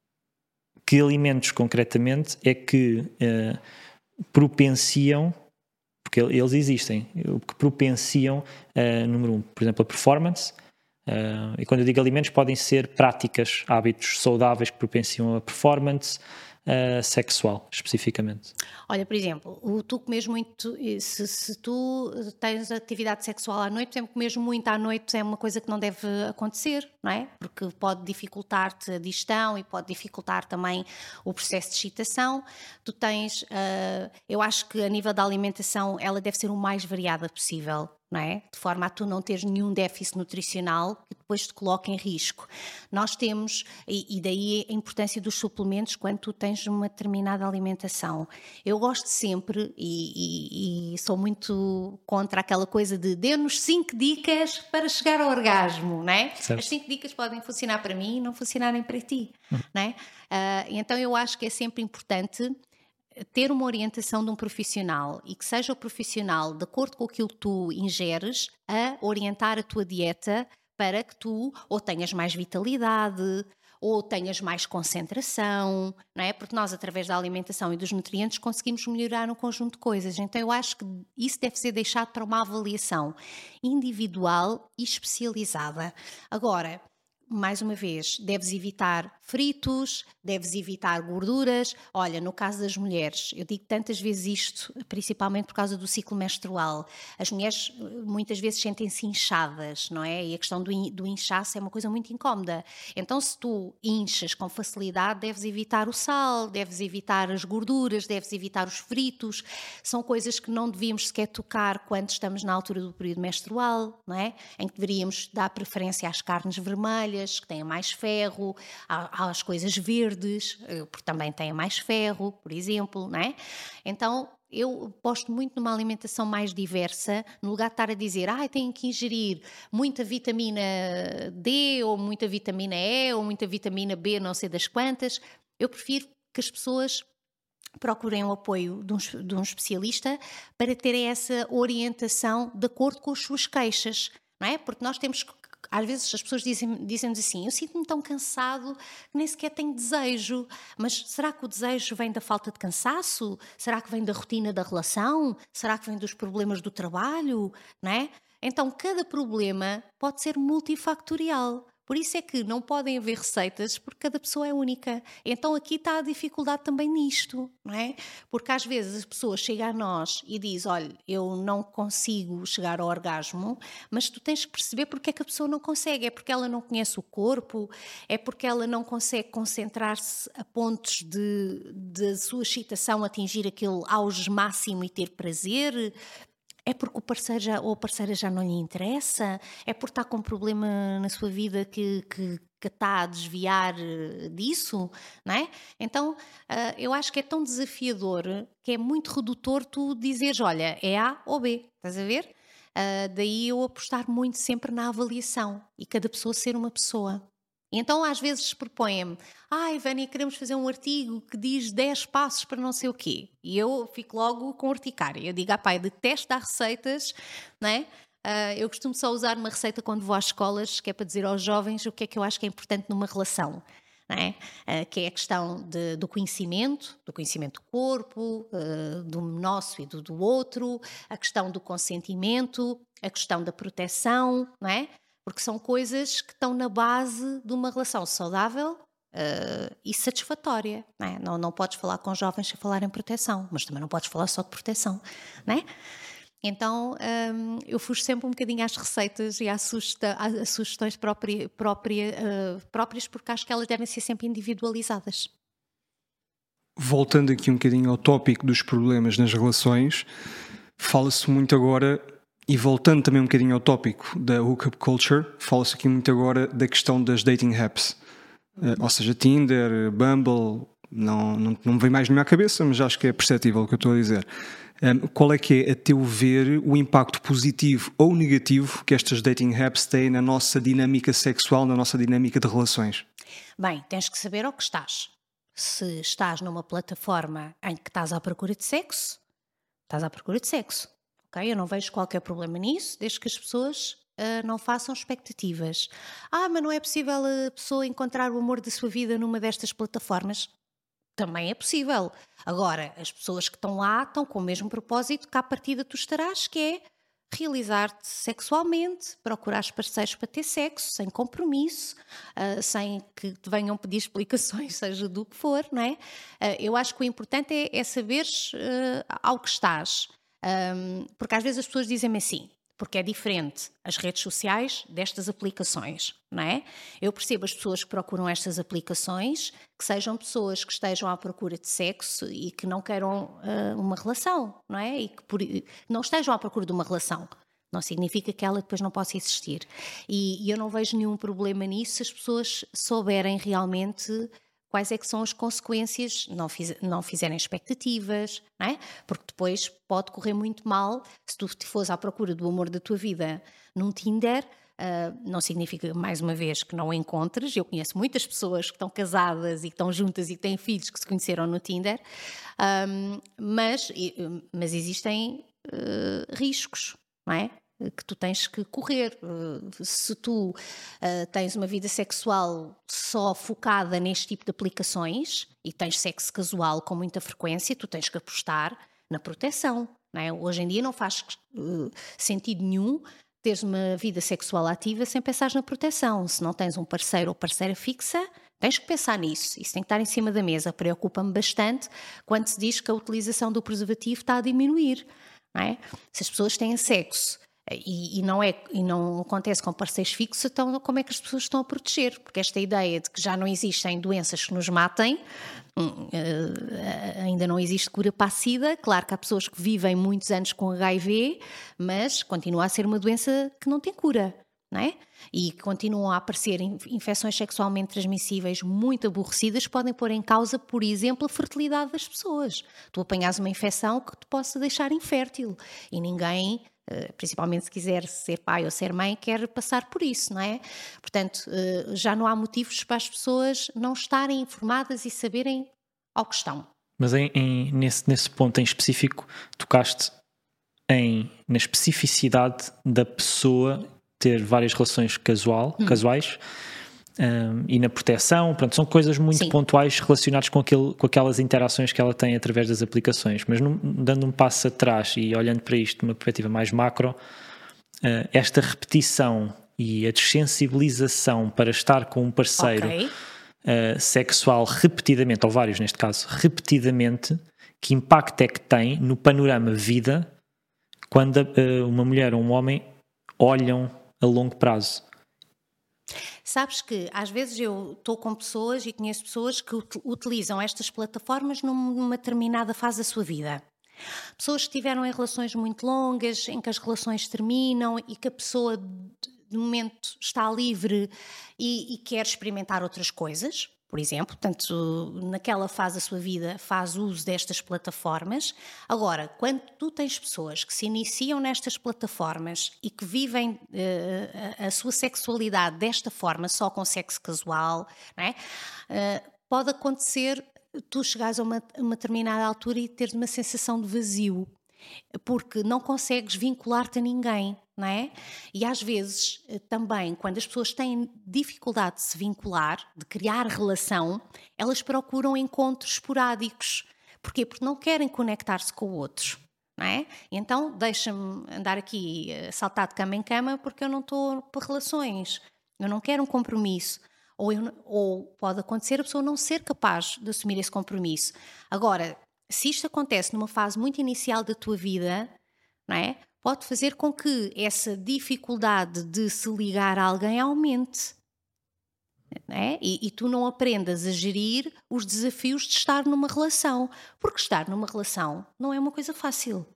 que alimentos concretamente é que... Uh, propenciam, porque eles existem, que propenciam, uh, número um, por exemplo, a performance, uh, e quando eu digo alimentos podem ser práticas, hábitos saudáveis que propenciam a performance uh, sexual, especificamente. Olha, por exemplo, o, tu comes muito, se, se tu tens atividade sexual à noite, por exemplo, comes muito à noite é uma coisa que não deve acontecer, não é? Porque pode dificultar-te a digestão e pode dificultar também o processo de excitação. Tu tens, uh, eu acho que a nível da alimentação ela deve ser o mais variada possível, não é? De forma a tu não teres nenhum déficit nutricional que depois te coloque em risco. Nós temos, e, e daí a importância dos suplementos quando tu tens uma determinada alimentação. Eu gosto sempre, e, e, e sou muito contra aquela coisa de dê-nos cinco dicas para chegar ao orgasmo, não é? Certo. As cinco dicas podem funcionar para mim e não funcionarem para ti, hum. não é? Uh, então eu acho que é sempre importante ter uma orientação de um profissional e que seja o profissional, de acordo com aquilo que tu ingeres, a orientar a tua dieta para que tu ou tenhas mais vitalidade ou tenhas mais concentração, não é? Porque nós, através da alimentação e dos nutrientes, conseguimos melhorar um conjunto de coisas. Então eu acho que isso deve ser deixado para uma avaliação individual e especializada. Agora, mais uma vez, deves evitar fritos, deves evitar gorduras. Olha, no caso das mulheres, eu digo tantas vezes isto, principalmente por causa do ciclo menstrual. As mulheres muitas vezes sentem-se inchadas, não é? E a questão do, in, do inchaço é uma coisa muito incómoda. Então, se tu inchas com facilidade, deves evitar o sal, deves evitar as gorduras, deves evitar os fritos. São coisas que não devíamos sequer tocar quando estamos na altura do período menstrual, não é? Em que deveríamos dar preferência às carnes vermelhas, que têm mais ferro, às coisas verdes, porque também têm mais ferro, por exemplo, não é? Então, eu gosto muito numa alimentação mais diversa, no lugar de estar a dizer, ah, tenho que ingerir muita vitamina D, ou muita vitamina E, ou muita vitamina B, não sei das quantas. Eu prefiro que as pessoas procurem o apoio de um, de um especialista para terem essa orientação de acordo com as suas queixas, não é? Porque nós temos que, às vezes as pessoas dizem, dizem-nos assim, eu sinto-me tão cansado que nem sequer tenho desejo, mas será que o desejo vem da falta de cansaço? Será que vem da rotina da relação? Será que vem dos problemas do trabalho? Não é? Então cada problema pode ser multifactorial. Por isso é que não podem haver receitas, porque cada pessoa é única. Então aqui está a dificuldade também nisto, não é? Porque às vezes a pessoa chega a nós e diz, olha, eu não consigo chegar ao orgasmo, mas tu tens que perceber porque é que a pessoa não consegue. É porque ela não conhece o corpo, é porque ela não consegue concentrar-se a pontos de, de a sua excitação atingir aquele auge máximo e ter prazer. É porque o parceiro já, ou a parceira já não lhe interessa? É porque está com um problema na sua vida que, que, que está a desviar disso? Não é? Então, uh, eu acho que é tão desafiador que é muito redutor tu dizeres, olha, é A ou B, estás a ver? Uh, daí eu apostar muito sempre na avaliação e cada pessoa ser uma pessoa. Então às vezes propõem-me, ai Vânia, queremos fazer um artigo que diz dez passos para não sei o quê. E eu fico logo com urticária. Eu digo, ah pá, eu detesto dar receitas, não é? Uh, eu costumo só usar uma receita quando vou às escolas, que é para dizer aos jovens o que é que eu acho que é importante numa relação. Não é? Uh, que é a questão de, do conhecimento, do conhecimento do corpo, uh, do nosso e do, do outro, a questão do consentimento, a questão da proteção, não é? Porque são coisas que estão na base de uma relação saudável uh, e satisfatória. Não é? Não, não podes falar com jovens sem falar em proteção, mas também não podes falar só de proteção. Não é? Então um, eu fujo sempre um bocadinho às receitas e às, sugesta- às sugestões própria, própria, uh, próprias, porque acho que elas devem ser sempre individualizadas. Voltando aqui um bocadinho ao tópico dos problemas nas relações, fala-se muito agora... E voltando também um bocadinho ao tópico da hookup culture, fala-se aqui muito agora da questão das dating apps. Uh, ou seja, Tinder, Bumble, não, não, não me vem mais na minha cabeça, mas acho que é perceptível o que eu estou a dizer. Um, qual é que é, a teu ver, o impacto positivo ou negativo que estas dating apps têm na nossa dinâmica sexual, na nossa dinâmica de relações? Bem, tens que saber ao que estás. Se estás numa plataforma em que estás à procura de sexo, estás à procura de sexo. Okay? Eu não vejo qualquer problema nisso, desde que as pessoas uh, não façam expectativas. Ah, mas não é possível a pessoa encontrar o amor da sua vida numa destas plataformas? Também é possível. Agora, as pessoas que estão lá estão com o mesmo propósito que à partida tu estarás, que é realizar-te sexualmente, procurar parceiros para ter sexo, sem compromisso, uh, sem que te venham pedir explicações, seja do que for, não é? Uh, eu acho que o importante é, é saberes uh, ao que estás. Um, porque às vezes as pessoas dizem-me assim, porque é diferente as redes sociais destas aplicações, não é? Eu percebo as pessoas que procuram estas aplicações, que sejam pessoas que estejam à procura de sexo e que não queiram uh, uma relação, não é? E que por, não estejam à procura de uma relação. Não significa que ela depois não possa existir. E, e eu não vejo nenhum problema nisso se as pessoas souberem realmente... quais é que são as consequências, não, fiz, não fizerem expectativas, não é? Porque depois pode correr muito mal se tu fores à procura do amor da tua vida num Tinder, uh, não significa, mais uma vez, que não o encontres. Eu conheço muitas pessoas que estão casadas e que estão juntas e que têm filhos que se conheceram no Tinder, um, mas, mas existem uh, riscos, não é? Que tu tens que correr. Se tu uh, tens uma vida sexual só focada neste tipo de aplicações e tens sexo casual com muita frequência, tu tens que apostar na proteção, não é? Hoje em dia não faz uh, sentido nenhum teres uma vida sexual ativa sem pensar na proteção. Se não tens um parceiro ou parceira fixa, tens que pensar nisso. Isso tem que estar em cima da mesa. Preocupa-me bastante quando se diz que a utilização do preservativo está a diminuir. Não é? Se as pessoas têm sexo e, e, não é, e não acontece com parceiros fixos, então como é que as pessoas estão a proteger? Porque esta ideia de que já não existem doenças que nos matem, hum, uh, ainda não existe cura para a SIDA. Claro que há pessoas que vivem muitos anos com H I V, mas continua a ser uma doença que não tem cura. Não é? E continuam a aparecer infecções sexualmente transmissíveis muito aborrecidas, podem pôr em causa, por exemplo, a fertilidade das pessoas. Tu apanhas uma infecção que te possa deixar infértil e ninguém, principalmente se quiser ser pai ou ser mãe, quer passar por isso, não é? Portanto, já não há motivos para as pessoas não estarem informadas e saberem ao que estão. Mas em, em, nesse, nesse ponto em específico, tocaste em, na especificidade da pessoa ter várias relações casual, hum. casuais um, e na proteção. Pronto, são coisas muito Sim. pontuais relacionadas com, aquele, com aquelas interações que ela tem através das aplicações. Mas num, dando um passo atrás e olhando para isto de uma perspectiva mais macro, uh, esta repetição e a desensibilização para estar com um parceiro okay. uh, sexual repetidamente, ou vários neste caso, repetidamente, que impacto é que tem no panorama vida quando uh, uma mulher ou um homem olham a longo prazo? Sabes que às vezes eu estou com pessoas e conheço pessoas que ut- utilizam estas plataformas numa determinada fase da sua vida. Pessoas que estiveram em relações muito longas, em que as relações terminam e que a pessoa de momento está livre e, e quer experimentar outras coisas. Por exemplo, portanto, naquela fase da sua vida faz uso destas plataformas. Agora, quando tu tens pessoas que se iniciam nestas plataformas e que vivem uh, a, a sua sexualidade desta forma, só com sexo casual, não é? Uh, pode acontecer tu chegares a uma, uma determinada altura e teres uma sensação de vazio, porque não consegues vincular-te a ninguém, não é? E às vezes também, quando as pessoas têm dificuldade de se vincular, de criar relação, elas procuram encontros esporádicos. Porquê? Porque não querem conectar-se com o outro, não é? Então deixa-me andar aqui a saltar de cama em cama porque eu não estou para relações, eu não quero um compromisso. Ou, eu, ou pode acontecer a pessoa não ser capaz de assumir esse compromisso. Agora, se isto acontece numa fase muito inicial da tua vida, não é? Pode fazer com que essa dificuldade de se ligar a alguém aumente. Não é? e, e tu não aprendas a gerir os desafios de estar numa relação. Porque estar numa relação não é uma coisa fácil.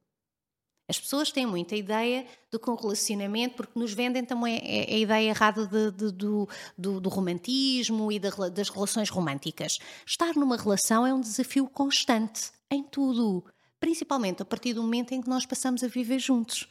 As pessoas têm muita ideia de que um relacionamento, porque nos vendem também a, a ideia errada de, de, do, do, do romantismo e de, das relações românticas. Estar numa relação é um desafio constante, em tudo. Principalmente a partir do momento em que nós passamos a viver juntos.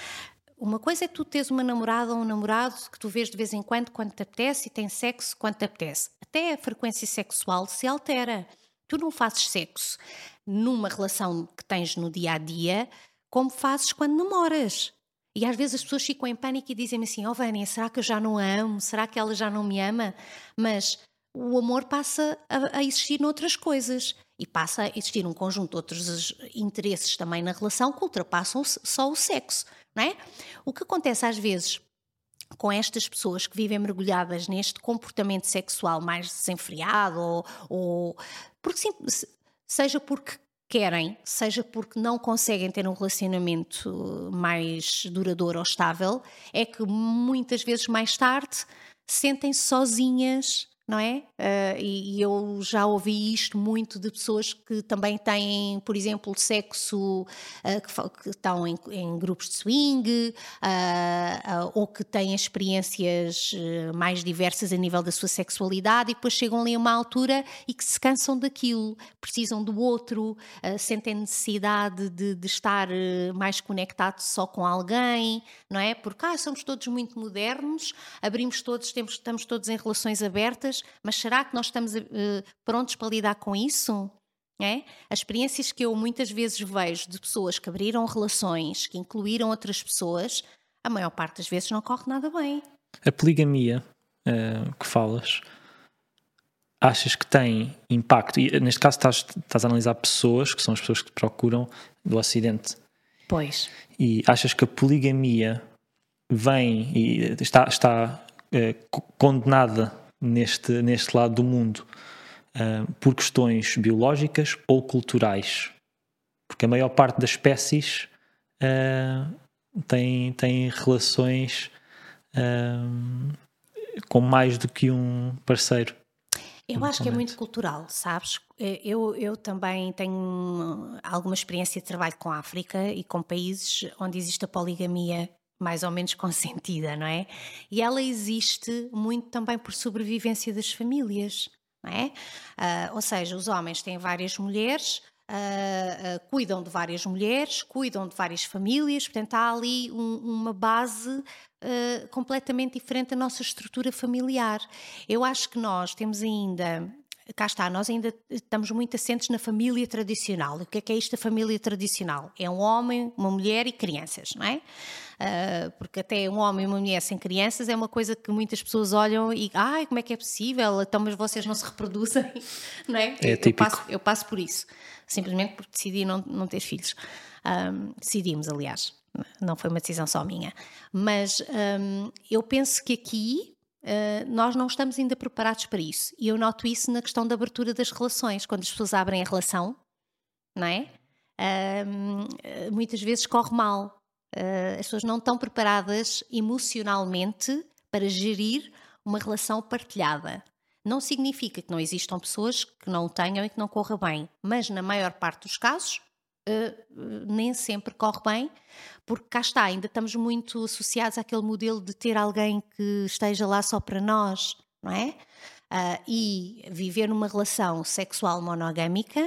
Uma coisa é tu teres uma namorada ou um namorado que tu vês de vez em quando, quando te apetece, e tem sexo quando te apetece. Até a frequência sexual se altera. Tu não fazes sexo numa relação que tens no dia-a-dia como fazes quando namoras. E às vezes as pessoas ficam em pânico e dizem-me assim: ó oh, Vânia, será que eu já não a amo? Será que ela já não me ama? Mas o amor passa a, a existir noutras coisas. E passa a existir um conjunto de outros interesses também na relação que ultrapassam só o sexo, não é? O que acontece às vezes com estas pessoas que vivem mergulhadas neste comportamento sexual mais desenfreado, ou, ou porque sim, seja porque querem, seja porque não conseguem ter um relacionamento mais duradouro ou estável, é que muitas vezes mais tarde sentem-se sozinhas, não é? Uh, e, e eu já ouvi isto muito de pessoas que também têm, por exemplo, sexo, uh, que, que estão em, em grupos de swing, uh, uh, ou que têm experiências uh, mais diversas a nível da sua sexualidade, e depois chegam ali a uma altura e que se cansam daquilo, precisam do outro, uh, sentem necessidade de, de estar uh, mais conectados só com alguém, não é? Porque ah, somos todos muito modernos, abrimos todos, temos, estamos todos em relações abertas, mas será que nós estamos uh, prontos para lidar com isso? É? As experiências que eu muitas vezes vejo de pessoas que abriram relações, que incluíram outras pessoas, a maior parte das vezes não corre nada bem. A poligamia uh, que falas, achas que tem impacto? E neste caso estás, estás a analisar pessoas, que são as pessoas que te procuram do Ocidente. Pois. E achas que a poligamia vem e está, está uh, condenada neste, neste lado do mundo uh, por questões biológicas ou culturais. Porque a maior parte das espécies uh, tem, tem relações uh, com mais do que um parceiro. Eu acho que é muito cultural, sabes? Eu, eu também tenho alguma experiência de trabalho com a África e com países onde existe a poligamia mais ou menos consentida, não é? E ela existe muito também por sobrevivência das famílias, não é? Uh, ou seja, os homens têm várias mulheres, uh, uh, cuidam de várias mulheres, cuidam de várias famílias, portanto há ali um, uma base Uh, completamente diferente da nossa estrutura familiar. Eu acho que nós temos ainda, cá está, nós ainda estamos muito assentes na família tradicional. O que é que é isto, a família tradicional? É um homem, uma mulher e crianças, não é? Uh, porque até um homem e uma mulher sem crianças é uma coisa que muitas pessoas olham e, ai, como é que é possível? Então, mas vocês não se reproduzem, não é? É eu, típico. Eu passo, eu passo por isso, simplesmente porque decidi não, não ter filhos. Um, decidimos, aliás. Não foi uma decisão só minha, mas hum, eu penso que aqui uh, nós não estamos ainda preparados para isso, e eu noto isso na questão da abertura das relações, quando as pessoas abrem a relação, não é? Um, muitas vezes corre mal, uh, as pessoas não estão preparadas emocionalmente para gerir uma relação partilhada. Não significa que não existam pessoas que não o tenham e que não corra bem, mas na maior parte dos casos Uh, nem sempre corre bem, porque cá está, ainda estamos muito associados àquele modelo de ter alguém que esteja lá só para nós, não é? Uh, e viver numa relação sexual monogâmica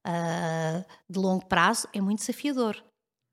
uh, de longo prazo é muito desafiador,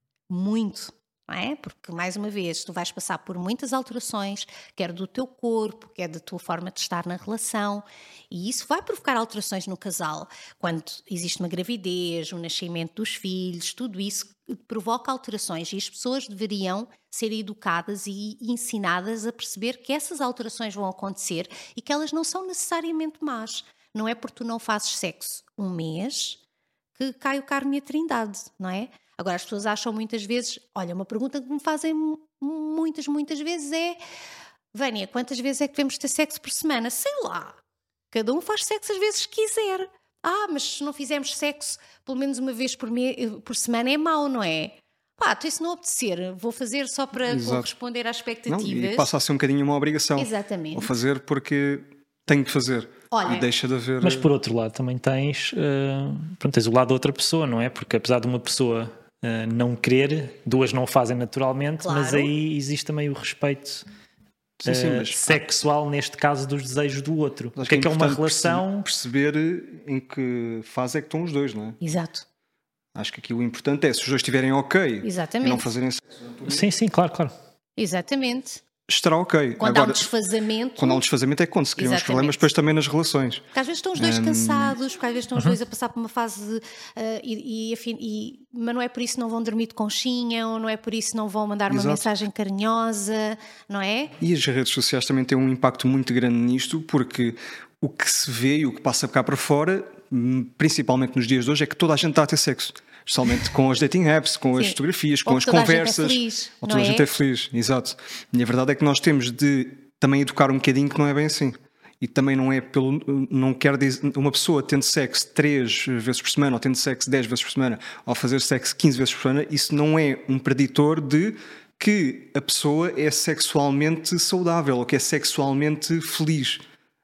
muito, não é? Porque, mais uma vez, tu vais passar por muitas alterações, quer do teu corpo, quer da tua forma de estar na relação, e isso vai provocar alterações no casal. Quando existe uma gravidez, o nascimento dos filhos, tudo isso provoca alterações, e as pessoas deveriam ser educadas e ensinadas a perceber que essas alterações vão acontecer e que elas não são necessariamente más. Não é porque tu não fazes sexo um mês que cai o carne e a trindade, não é? Agora, as pessoas acham muitas vezes, olha, uma pergunta que me fazem muitas, muitas vezes é: Vânia, quantas vezes é que devemos ter sexo por semana? Sei lá, cada um faz sexo às vezes que quiser. Ah, mas se não fizermos sexo pelo menos uma vez por, me... por semana é mau, não é? Pá, então se não apetecer, vou fazer só para Exato. corresponder às expectativas. Não, e passa a ser um bocadinho uma obrigação. Exatamente. Vou fazer porque tenho de fazer. Olha, e deixa de haver... Mas por outro lado também tens, uh, pronto, tens o lado da outra pessoa, não é? Porque apesar de uma pessoa uh, não querer, duas não o fazem naturalmente, claro. Mas aí existe também o respeito sim, sim, uh, mas, sexual, neste caso dos desejos do outro. O que é que é uma relação... Perceber em que fase é que estão os dois, não é? Exato. Acho que aqui o importante é, se os dois estiverem ok, exatamente. e não fazerem sexo, sim, sim, claro, claro. Exatamente. Estará ok. Quando Agora, há um desfazamento... Quando há um desfazamento é quando se criam os problemas depois também nas relações. Porque às vezes estão os dois um... cansados, porque às vezes estão os dois a passar por uma fase... Uh, e, e, e, mas não é por isso que não vão dormir de conchinha, ou não é por isso que não vão mandar uma Exato. Mensagem carinhosa, não é? E as redes sociais também têm um impacto muito grande nisto, porque o que se vê e o que passa cá para fora, principalmente nos dias de hoje, é que toda a gente está a ter sexo. Especialmente com as dating apps, com Sim. as fotografias, com ou as toda conversas. A gente é feliz, ou toda não a gente é? é feliz, exato. E a verdade é que nós temos de também educar um bocadinho que não é bem assim. E também não é pelo. Não quer dizer. Uma pessoa tendo sexo três vezes por semana, ou tendo sexo dez vezes por semana, ou fazer sexo quinze vezes por semana, isso não é um preditor de que a pessoa é sexualmente saudável ou que é sexualmente feliz.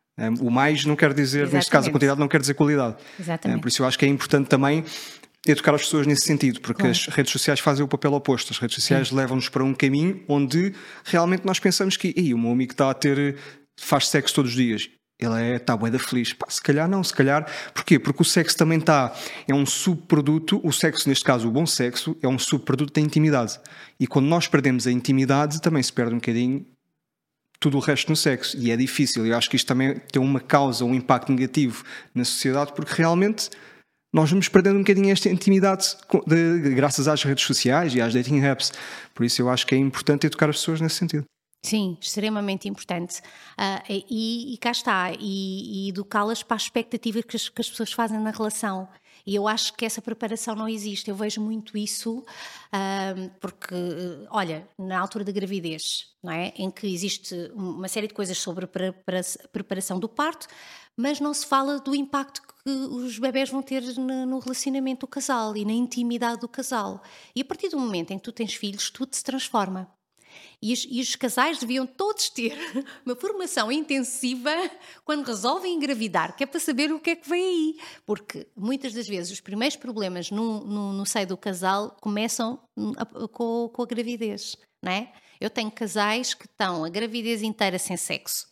O mais não quer dizer, Exatamente. Neste caso a quantidade não quer dizer qualidade. Exatamente. Por isso eu acho que é importante também educar as pessoas nesse sentido, porque claro. As redes sociais fazem o papel oposto. As redes sociais Sim. levam-nos para um caminho onde realmente nós pensamos que o meu amigo está a ter, faz sexo todos os dias, ele é, está bué da feliz. Pá, se calhar não, se calhar. Porquê? Porque o sexo também está, é um subproduto, o sexo, neste caso o bom sexo, é um subproduto da intimidade. E quando nós perdemos a intimidade, também se perde um bocadinho tudo o resto no sexo. E é difícil. Eu acho que isto também tem uma causa, um impacto negativo na sociedade, porque realmente nós vamos perdendo um bocadinho esta intimidade de, de, graças às redes sociais e às dating apps. Por isso eu acho que é importante educar as pessoas nesse sentido. Sim, extremamente importante. Uh, e, e cá está, e, e educá-las para a expectativa que as, que as pessoas fazem na relação. E eu acho que essa preparação não existe. Eu vejo muito isso, uh, porque, uh, olha, na altura da gravidez, não é? Em que existe uma série de coisas sobre a preparação do parto, mas não se fala do impacto que os bebés vão ter no relacionamento do casal e na intimidade do casal. E a partir do momento em que tu tens filhos, tudo se transforma. E os, e os casais deviam todos ter uma formação intensiva quando resolvem engravidar, que é para saber o que é que vem aí. Porque muitas das vezes os primeiros problemas no, no, no seio do casal começam a, com, com a gravidez, não é? Eu tenho casais que estão a gravidez inteira sem sexo.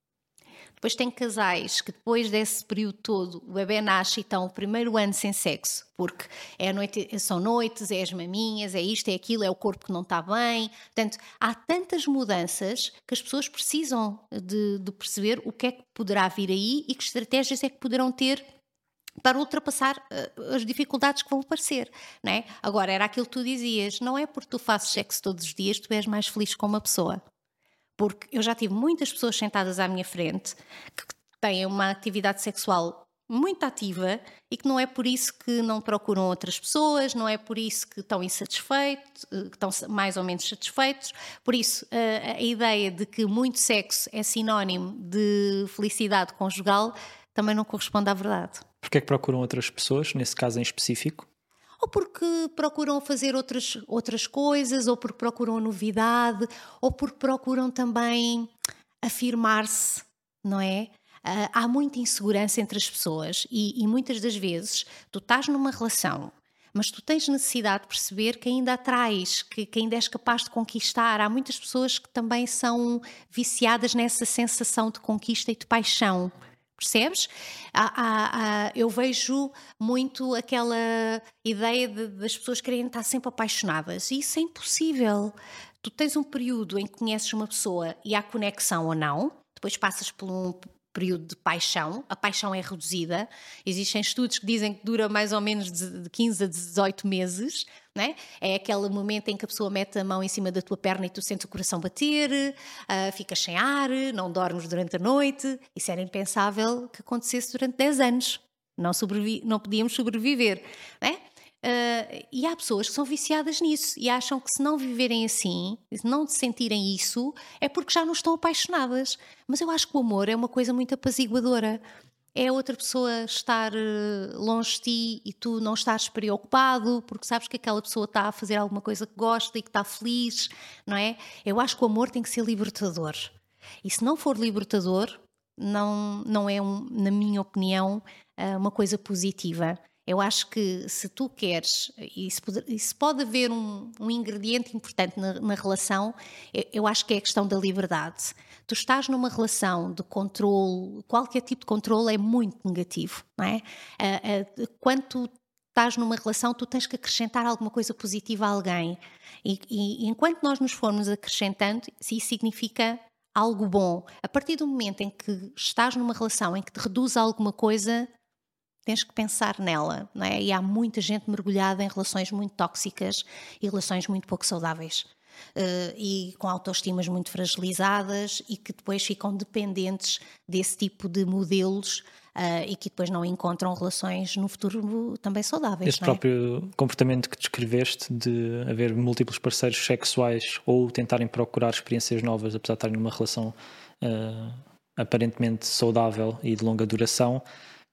Depois tem casais que depois desse período todo o bebê nasce e estão o primeiro ano sem sexo, porque é noite, são noites, é as maminhas, é isto, é aquilo, é o corpo que não está bem. Portanto, há tantas mudanças que as pessoas precisam de, de perceber o que é que poderá vir aí e que estratégias é que poderão ter para ultrapassar uh, as dificuldades que vão aparecer, não é? Agora, era aquilo que tu dizias, não é porque tu fazes sexo todos os dias que tu és mais feliz com uma pessoa. Porque eu já tive muitas pessoas sentadas à minha frente que têm uma atividade sexual muito ativa e que não é por isso que não procuram outras pessoas, não é por isso que estão insatisfeitos, que estão mais ou menos satisfeitos. Por isso, a, a ideia de que muito sexo é sinónimo de felicidade conjugal também não corresponde à verdade. Porquê é que procuram outras pessoas, nesse caso em específico? Ou porque procuram fazer outras, outras coisas, ou porque procuram novidade, ou porque procuram também afirmar-se, não é? Uh, há muita insegurança entre as pessoas e, e muitas das vezes tu estás numa relação, mas tu tens necessidade de perceber que ainda atrás, que, que ainda és capaz de conquistar. Há muitas pessoas que também são viciadas nessa sensação de conquista e de paixão. Percebes? Há, há, há, eu vejo muito aquela ideia de, das pessoas quererem estar sempre apaixonadas. E isso é impossível. Tu tens um período em que conheces uma pessoa e há conexão ou não. Depois passas por um período de paixão. A paixão é reduzida. Existem estudos que dizem que dura mais ou menos de quinze a dezoito meses. Não é? É aquele momento em que a pessoa mete a mão em cima da tua perna e tu sentes o coração bater, uh, ficas sem ar, não dormes durante a noite. Isso era impensável que acontecesse durante dez anos. Não, sobrevi- não podíamos sobreviver. Não é? Uh, e há pessoas que são viciadas nisso e acham que se não viverem assim, se não sentirem isso, é porque já não estão apaixonadas. Mas eu acho que o amor é uma coisa muito apaziguadora. É outra pessoa estar longe de ti e tu não estás preocupado porque sabes que aquela pessoa está a fazer alguma coisa que gosta e que está feliz, não é? Eu acho que o amor tem que ser libertador. E se não for libertador, não, não é, um, na minha opinião, uma coisa positiva. Eu acho que se tu queres, e se pode, e se pode haver um, um ingrediente importante na, na relação, eu, eu acho que é a questão da liberdade. Tu estás numa relação de controle, qualquer tipo de controle é muito negativo, não é? Uh, uh, quando tu estás numa relação, tu tens que acrescentar alguma coisa positiva a alguém. E, e, e enquanto nós nos formos acrescentando, isso significa algo bom. A partir do momento em que estás numa relação em que te reduz a alguma coisa, tens que pensar nela, não é? E há muita gente mergulhada em relações muito tóxicas e relações muito pouco saudáveis. Uh, e com autoestimas muito fragilizadas e que depois ficam dependentes desse tipo de modelos uh, e que depois não encontram relações no futuro também saudáveis. Esse não é? próprio comportamento que descreveste de haver múltiplos parceiros sexuais ou tentarem procurar experiências novas apesar de estarem numa relação uh, aparentemente saudável e de longa duração,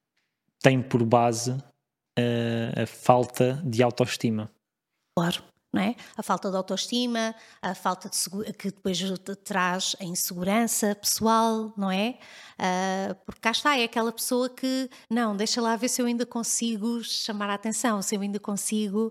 tem por base uh, a falta de autoestima. Claro. Não é? A falta de autoestima, a falta de segura, que depois te traz a insegurança pessoal, não é? Uh, porque cá está, é aquela pessoa que, não, deixa lá ver se eu ainda consigo chamar a atenção, se eu ainda consigo,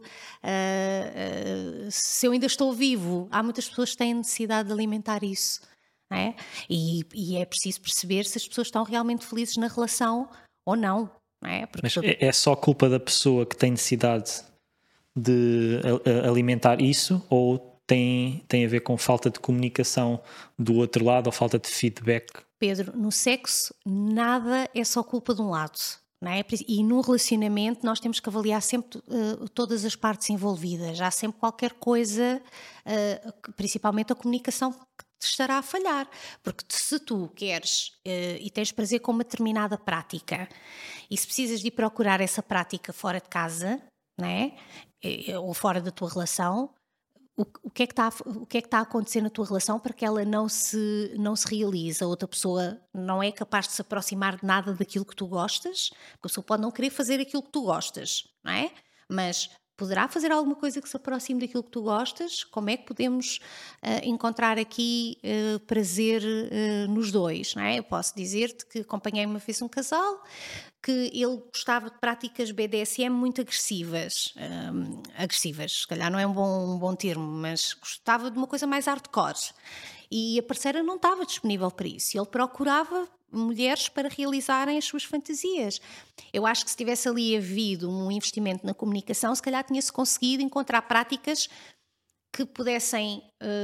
uh, uh, se eu ainda estou vivo. Há muitas pessoas que têm necessidade de alimentar isso, não é? E, e é preciso perceber se as pessoas estão realmente felizes na relação ou não, não é? Porque Mas todo... é só culpa da pessoa que tem necessidade de alimentar isso ou tem, tem a ver com falta de comunicação do outro lado ou falta de feedback? Pedro, no sexo nada é só culpa de um lado, não é? E no relacionamento nós temos que avaliar sempre uh, todas as partes envolvidas. Há sempre qualquer coisa, uh, principalmente a comunicação, te estará a falhar, porque se tu queres uh, e tens prazer com uma determinada prática e se precisas de ir procurar essa prática fora de casa, né, ou fora da tua relação, o, o, que é que está, o que é que está a acontecer na tua relação para que ela não se, não se realize? A outra pessoa não é capaz de se aproximar de nada daquilo que tu gostas, porque a pessoa pode não querer fazer aquilo que tu gostas, não é? Mas poderá fazer alguma coisa que se aproxime daquilo que tu gostas? Como é que podemos uh, encontrar aqui uh, prazer uh, nos dois? Não é? Eu posso dizer-te que acompanhei uma vez um casal que ele gostava de práticas B D S M muito agressivas. Um, agressivas, se calhar não é um bom, um bom termo, mas gostava de uma coisa mais hardcore. E a parceira não estava disponível para isso. Ele procurava mulheres para realizarem as suas fantasias. Eu acho que se tivesse ali havido um investimento na comunicação, se calhar tinha-se conseguido encontrar práticas que pudessem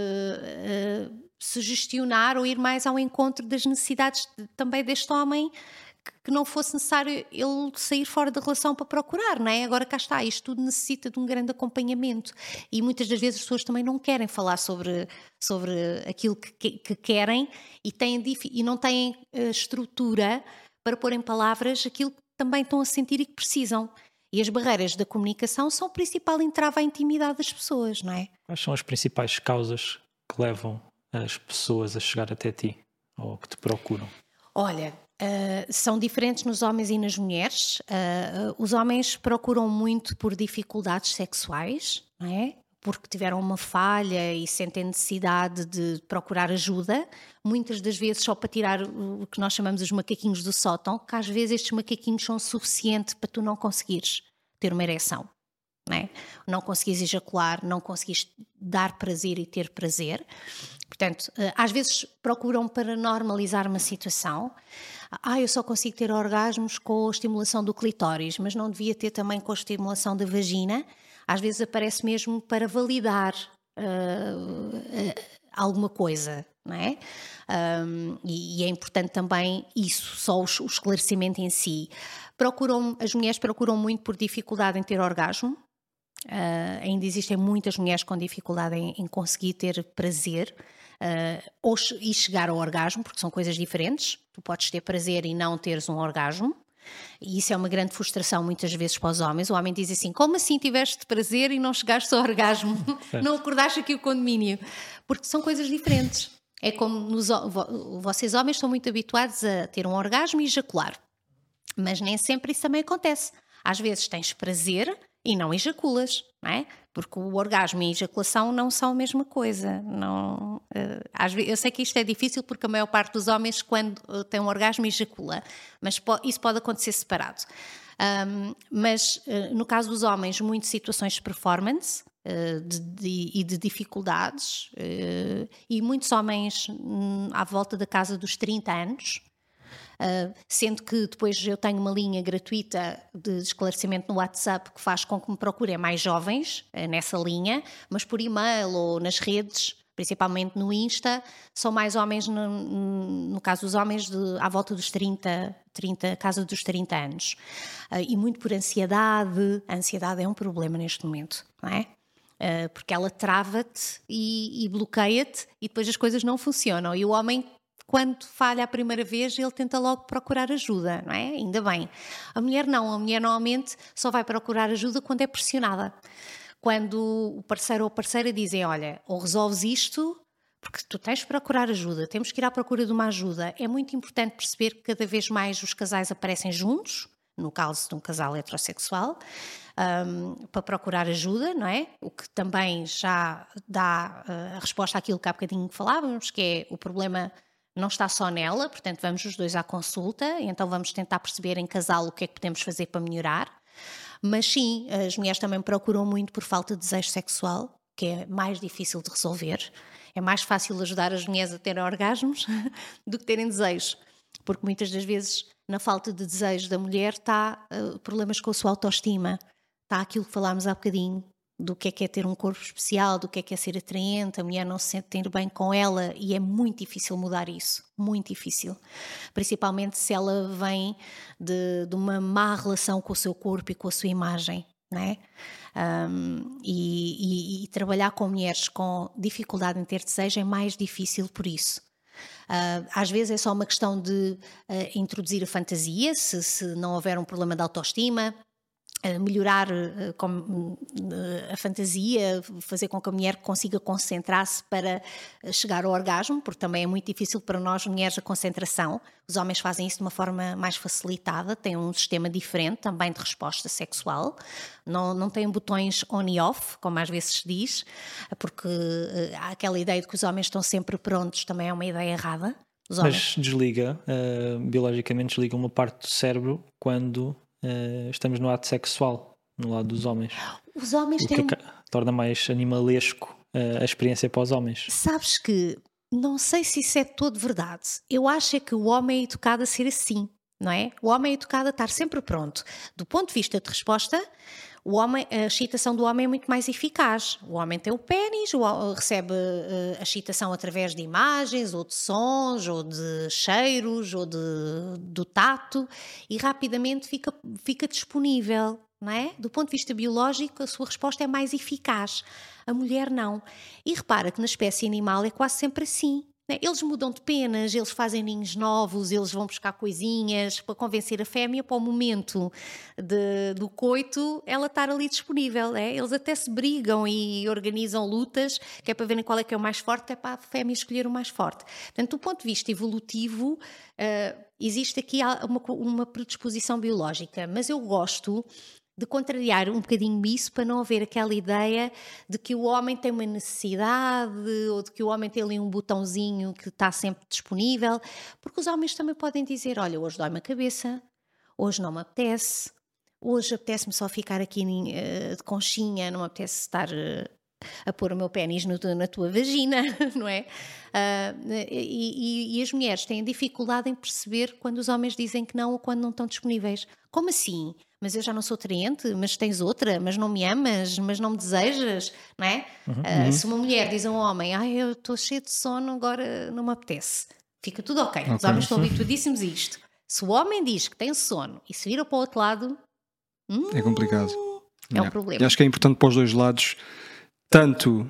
uh, uh, sugestionar ou ir mais ao encontro das necessidades de, também deste homem, que, que não fosse necessário ele sair fora da relação para procurar, não é? Agora cá está, isto tudo necessita de um grande acompanhamento e muitas das vezes as pessoas também não querem falar sobre, sobre aquilo que, que querem e, têm, e não têm uh, estrutura para pôr em palavras aquilo que também estão a sentir e que precisam. E as barreiras da comunicação são o principal entrave à intimidade das pessoas, não é? Quais são as principais causas que levam as pessoas a chegar até ti ou que te procuram? Olha, uh, são diferentes nos homens e nas mulheres. Uh, os homens procuram muito por dificuldades sexuais, não é? Porque tiveram uma falha e sentem necessidade de procurar ajuda, muitas das vezes só para tirar o que nós chamamos os macaquinhos do sótão, que às vezes estes macaquinhos são suficientes para tu não conseguires ter uma ereção, não é? Não conseguires ejacular, não conseguires dar prazer e ter prazer. Portanto, às vezes procuram para normalizar uma situação. Ah, eu só consigo ter orgasmos com a estimulação do clitóris, mas não devia ter também com a estimulação da vagina. Às vezes aparece mesmo para validar uh, uh, alguma coisa, não é? Um, e, e é importante também isso, só o, o esclarecimento em si. Procuram, as mulheres procuram muito por dificuldade em ter orgasmo. Uh, ainda existem muitas mulheres com dificuldade em, em conseguir ter prazer uh, ou, e chegar ao orgasmo, porque são coisas diferentes. Tu podes ter prazer e não teres um orgasmo. E isso é uma grande frustração muitas vezes para os homens. O homem diz assim, como assim tiveste prazer e não chegaste ao orgasmo? Não acordaste aqui o condomínio? Porque são coisas diferentes. É como nos, vocês homens estão muito habituados a ter um orgasmo e ejacular, mas nem sempre isso também acontece. Às vezes tens prazer e não ejaculas, não é? Porque o orgasmo e a ejaculação não são a mesma coisa. Não, uh, às vezes, eu sei que isto é difícil porque a maior parte dos homens, quando uh, tem um orgasmo, ejacula, mas po- isso pode acontecer separado. Um, mas uh, no caso dos homens, muitas situações de performance uh, de, de, e de dificuldades, uh, e muitos homens um, à volta da casa dos trinta anos. Uh, sendo que depois eu tenho uma linha gratuita de esclarecimento no WhatsApp que faz com que me procurem mais jovens uh, nessa linha, mas por e-mail ou nas redes, principalmente no Insta, são mais homens, no, no caso dos homens, de, à volta dos trinta, trinta, casa dos trinta anos. Uh, e muito por ansiedade. A ansiedade é um problema neste momento, não é? Uh, porque ela trava-te e, e bloqueia-te e depois as coisas não funcionam. E o homem, quando falha a primeira vez, ele tenta logo procurar ajuda, não é? Ainda bem. A mulher não, a mulher normalmente só vai procurar ajuda quando é pressionada. Quando o parceiro ou a parceira dizem, olha, ou resolves isto, porque tu tens de procurar ajuda, temos que ir à procura de uma ajuda. É muito importante perceber que cada vez mais os casais aparecem juntos, no caso de um casal heterossexual, um, para procurar ajuda, não é? O que também já dá uh, a resposta àquilo que há bocadinho falávamos, que é o problema não está só nela, portanto vamos os dois à consulta, e então vamos tentar perceber em casal o que é que podemos fazer para melhorar. Mas sim, as mulheres também procuram muito por falta de desejo sexual, que é mais difícil de resolver. É mais fácil ajudar as mulheres a terem orgasmos do que terem desejo, porque muitas das vezes na falta de desejo da mulher está uh, problemas com a sua autoestima, está aquilo que falámos há bocadinho, do que é que é ter um corpo especial, do que é que é ser atraente, a mulher não se sente bem com ela, e é muito difícil mudar isso, muito difícil, principalmente se ela vem de, de uma má relação com o seu corpo e com a sua imagem, não é? Um, e, e, e trabalhar com mulheres com dificuldade em ter desejo é mais difícil por isso. Uh, às vezes é só uma questão de uh, introduzir a fantasia, se, se não houver um problema de autoestima, uh, melhorar uh, com, uh, a fantasia, fazer com que a mulher consiga concentrar-se para chegar ao orgasmo, porque também é muito difícil para nós mulheres a concentração. Os homens fazem isso de uma forma mais facilitada, têm um sistema diferente também de resposta sexual, não, não têm botões on e off, como às vezes se diz, porque uh, há aquela ideia de que os homens estão sempre prontos, também é uma ideia errada. Os homens... Mas desliga, uh, biologicamente desliga uma parte do cérebro quando uh, estamos no ato sexual, no lado dos homens. Os homens o têm... que torna mais animalesco uh, a experiência para os homens. Sabes que não sei se isso é todo verdade. Eu acho é que o homem é educado a ser assim, não é? O homem é educado a estar sempre pronto. Do ponto de vista de resposta, o homem, a excitação do homem é muito mais eficaz. O homem tem o pénis, o, recebe uh, a excitação através de imagens, ou de sons, ou de cheiros, ou de, do tato, e rapidamente fica, fica disponível. Não é? Do ponto de vista biológico, a sua resposta é mais eficaz. A mulher não. E repara que na espécie animal é quase sempre assim. Não é? Eles mudam de penas, eles fazem ninhos novos, eles vão buscar coisinhas para convencer a fêmea para o momento de, do coito ela estar ali disponível. É? Eles até se brigam e organizam lutas, que é para verem qual é que é o mais forte, que é para a fêmea escolher o mais forte. Portanto, do ponto de vista evolutivo, uh, existe aqui uma, uma predisposição biológica, mas eu gosto de contrariar um bocadinho isso para não haver aquela ideia de que o homem tem uma necessidade ou de que o homem tem ali um botãozinho que está sempre disponível, porque os homens também podem dizer, olha, hoje dói-me a cabeça, hoje não me apetece, hoje apetece-me só ficar aqui uh, de conchinha, não me apetece estar uh, a pôr o meu pénis no, na tua vagina, não é? Uh, e, e, e as mulheres têm dificuldade em perceber quando os homens dizem que não ou quando não estão disponíveis. Como assim? Mas eu já não sou atraente, mas tens outra, mas não me amas, mas não me desejas, não é? Uhum. Uh, se uma mulher diz a um homem, ai, eu estou cheio de sono, agora não me apetece, fica tudo ok. okay. Os homens estão habituadíssimos a isto. Se o homem diz que tem sono e se vira para o outro lado, hum, é complicado. É yeah. um problema. E acho que é importante para os dois lados, tanto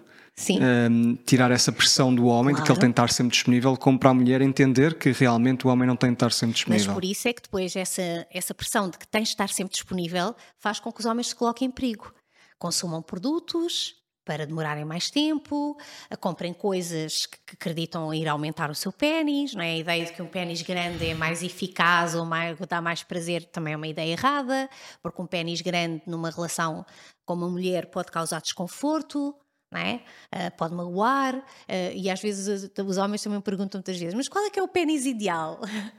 um, tirar essa pressão do homem, claro, de que ele tem de estar sempre disponível, como para a mulher entender que realmente o homem não tem de estar sempre disponível. Mas por isso é que depois essa, essa pressão de que tens de estar sempre disponível faz com que os homens se coloquem em perigo. Consumam produtos para demorarem mais tempo, comprem coisas que, que acreditam ir aumentar o seu pénis, não é? A ideia de que um pénis grande é mais eficaz ou mais, dá mais prazer também é uma ideia errada, porque um pénis grande numa relação com uma mulher pode causar desconforto, não é? Uh, pode magoar, uh, e às vezes os homens também me perguntam muitas vezes, mas qual é que é o pénis ideal?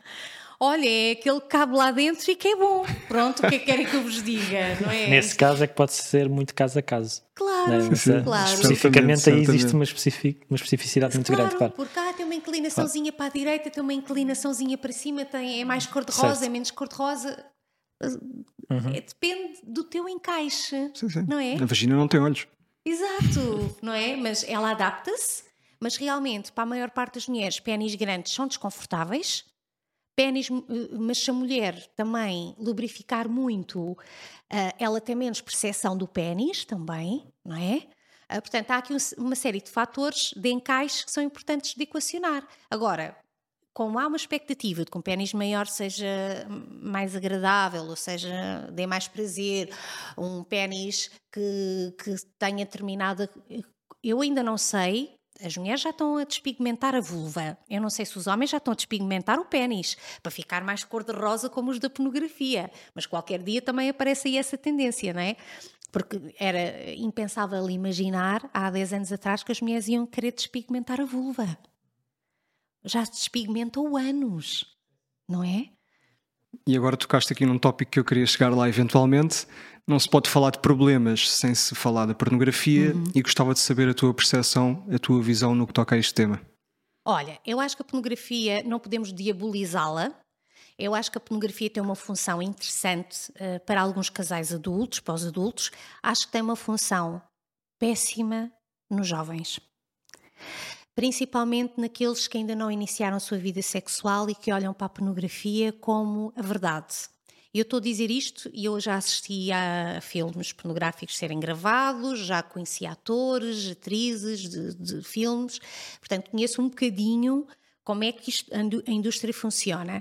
Olha, é aquele que cabe lá dentro e que é bom. Pronto, o que é que querem que eu vos diga? Não é? Nesse caso é que pode ser muito caso a caso. Claro, Nessa, claro. Especificamente aí existe uma, especific, uma especificidade muito claro, grande. Claro, porque ah, tem uma inclinaçãozinha claro. para a direita, tem uma inclinaçãozinha para cima, tem, é mais cor-de-rosa, certo. É menos cor-de-rosa. Uhum. É, depende do teu encaixe, sim, sim. não é? A vagina não tem olhos. Exato, não é? Mas ela adapta-se, mas realmente para a maior parte das mulheres pénis grandes são desconfortáveis. Pénis, mas se a mulher também lubrificar muito, ela tem menos percepção do pénis também, não é? Portanto, há aqui uma série de fatores de encaixe que são importantes de equacionar. Agora, como há uma expectativa de que um pénis maior seja mais agradável, ou seja, dê mais prazer, um pénis que, que tenha determinada... Eu ainda não sei... As mulheres já estão a despigmentar a vulva. Eu não sei se os homens já estão a despigmentar o pénis para ficar mais cor-de-rosa como os da pornografia. Mas qualquer dia também aparece aí essa tendência, não é? Porque era impensável imaginar há dez anos atrás que as mulheres iam querer despigmentar a vulva. Já se despigmentam anos, não é? E agora tocaste aqui num tópico que eu queria chegar lá eventualmente. Não se pode falar de problemas sem se falar da pornografia, uhum. E gostava de saber a tua percepção, a tua visão no que toca a este tema. Olha, eu acho que a pornografia não podemos diabolizá-la. Eu acho que a pornografia tem uma função interessante uh, para alguns casais adultos, para os adultos. Acho que tem uma função péssima nos jovens. Principalmente naqueles que ainda não iniciaram a sua vida sexual e que olham para a pornografia como a verdade. Eu estou a dizer isto e eu já assisti a filmes pornográficos serem gravados, já conheci atores, atrizes de, de filmes, portanto conheço um bocadinho como é que isto, a indústria funciona.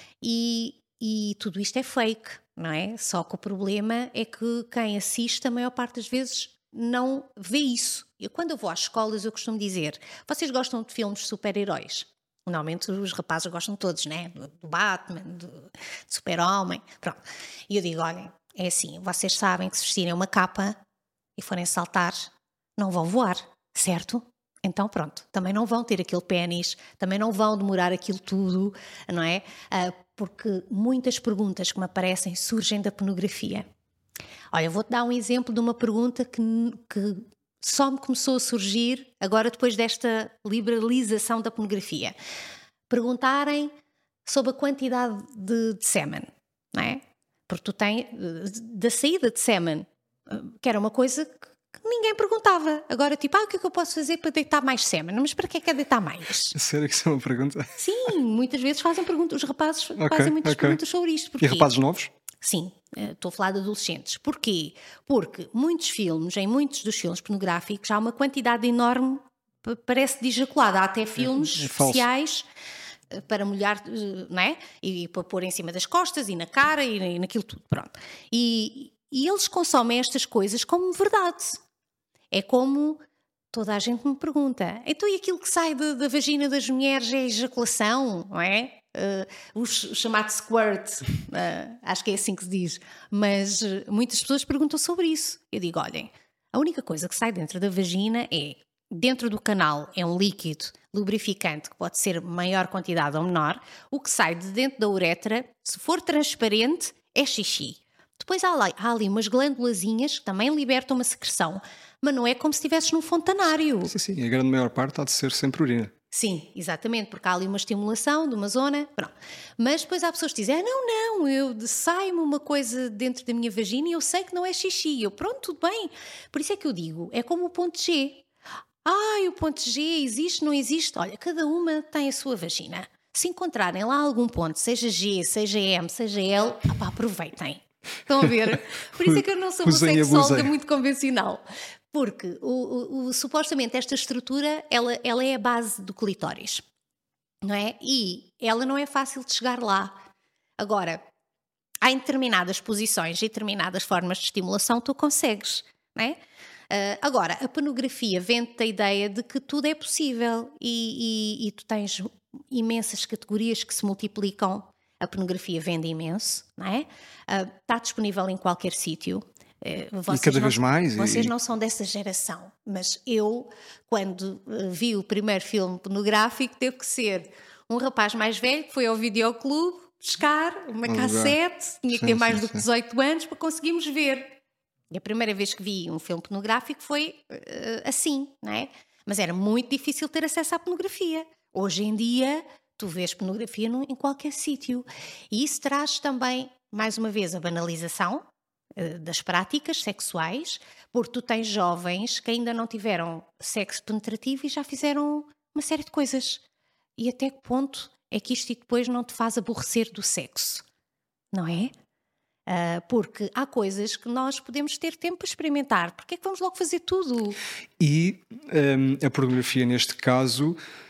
E, e tudo isto é fake, não é? Só que o problema é que quem assiste a maior parte das vezes não vê isso. Eu, quando eu vou às escolas, eu costumo dizer: vocês gostam de filmes de super-heróis? Normalmente os rapazes gostam todos, né? Do Batman, do, do Super-Homem, pronto. E eu digo, olhem, é assim, vocês sabem que se vestirem uma capa e forem saltar, não vão voar, certo? Então pronto, também não vão ter aquele pénis, também não vão demorar aquilo tudo, não é? Ah, porque muitas perguntas que me aparecem surgem da pornografia. Olha, vou-te dar um exemplo de uma pergunta que... que só me começou a surgir agora depois desta liberalização da pornografia. Perguntarem sobre a quantidade de, de sêmen, não é? Porque tu tens da saída de sêmen, que era uma coisa que ninguém perguntava. Agora, tipo, ah, o que é que eu posso fazer para deitar mais sêmen? Mas para que é que é deitar mais? Sério que isso é uma pergunta? Sim, muitas vezes fazem perguntas, os rapazes okay, fazem muitas okay. perguntas sobre isto. Porquê? E rapazes novos? Sim, estou a falar de adolescentes. Porquê? Porque muitos filmes, em muitos dos filmes pornográficos, há uma quantidade enorme, parece de ejaculada. Há até filmes é, é especiais para molhar, não é? E para pôr em cima das costas e na cara e naquilo tudo, pronto. E, e eles consomem estas coisas como verdade. É como toda a gente me pergunta, então e aquilo que sai de, da vagina das mulheres é ejaculação, não é? Uh, o chamado squirt, uh, acho que é assim que se diz, mas uh, muitas pessoas perguntam sobre isso. Eu digo, olhem, a única coisa que sai dentro da vagina é, dentro do canal é um líquido lubrificante que pode ser maior quantidade ou menor, o que sai de dentro da uretra, se for transparente, é xixi. Depois há ali, há ali umas glândulazinhas que também libertam uma secreção, mas não é como se estivesses num fontanário. Sim, sim, a grande maior parte há de ser sempre urina. Sim, exatamente, porque há ali uma estimulação de uma zona, pronto. Mas depois há pessoas que dizem, ah, não, não, eu sai-me uma coisa dentro da minha vagina e eu sei que não é xixi. Eu, pronto, tudo bem. Por isso é que eu digo, é como o ponto G. Ah, o ponto G existe, não existe? Olha, cada uma tem a sua vagina. Se encontrarem lá algum ponto, seja G, seja M, seja L, opá, aproveitem. Estão a ver? Por isso é que eu não sou uma sexóloga muito convencional. Porque o, o, o, supostamente esta estrutura, ela, ela é a base do clitóris, não é? E ela não é fácil de chegar lá. Agora, há em determinadas posições e determinadas formas de estimulação tu consegues, não é? Uh, agora, a pornografia vende-te a ideia de que tudo é possível e, e, e tu tens imensas categorias que se multiplicam. A pornografia vende imenso, não é? Uh, está disponível em qualquer sítio. Vocês e cada não, vez mais. Vocês e... não são dessa geração, mas eu, quando vi o primeiro filme pornográfico, teve que ser um rapaz mais velho que foi ao videoclube buscar uma Alugar. cassete, tinha que sim, ter mais sim, do que dezoito anos para conseguirmos ver. E a primeira vez que vi um filme pornográfico foi uh, assim, não é? Mas era muito difícil ter acesso à pornografia. Hoje em dia, tu vês pornografia num, em qualquer sítio. E isso traz também, mais uma vez, a banalização das práticas sexuais, porque tu tens jovens que ainda não tiveram sexo penetrativo e já fizeram uma série de coisas. E até que ponto é que isto depois não te faz aborrecer do sexo? Não é? Uh, porque há coisas que nós podemos ter tempo para experimentar. Porque é que vamos logo fazer tudo? E um, a pornografia, neste caso...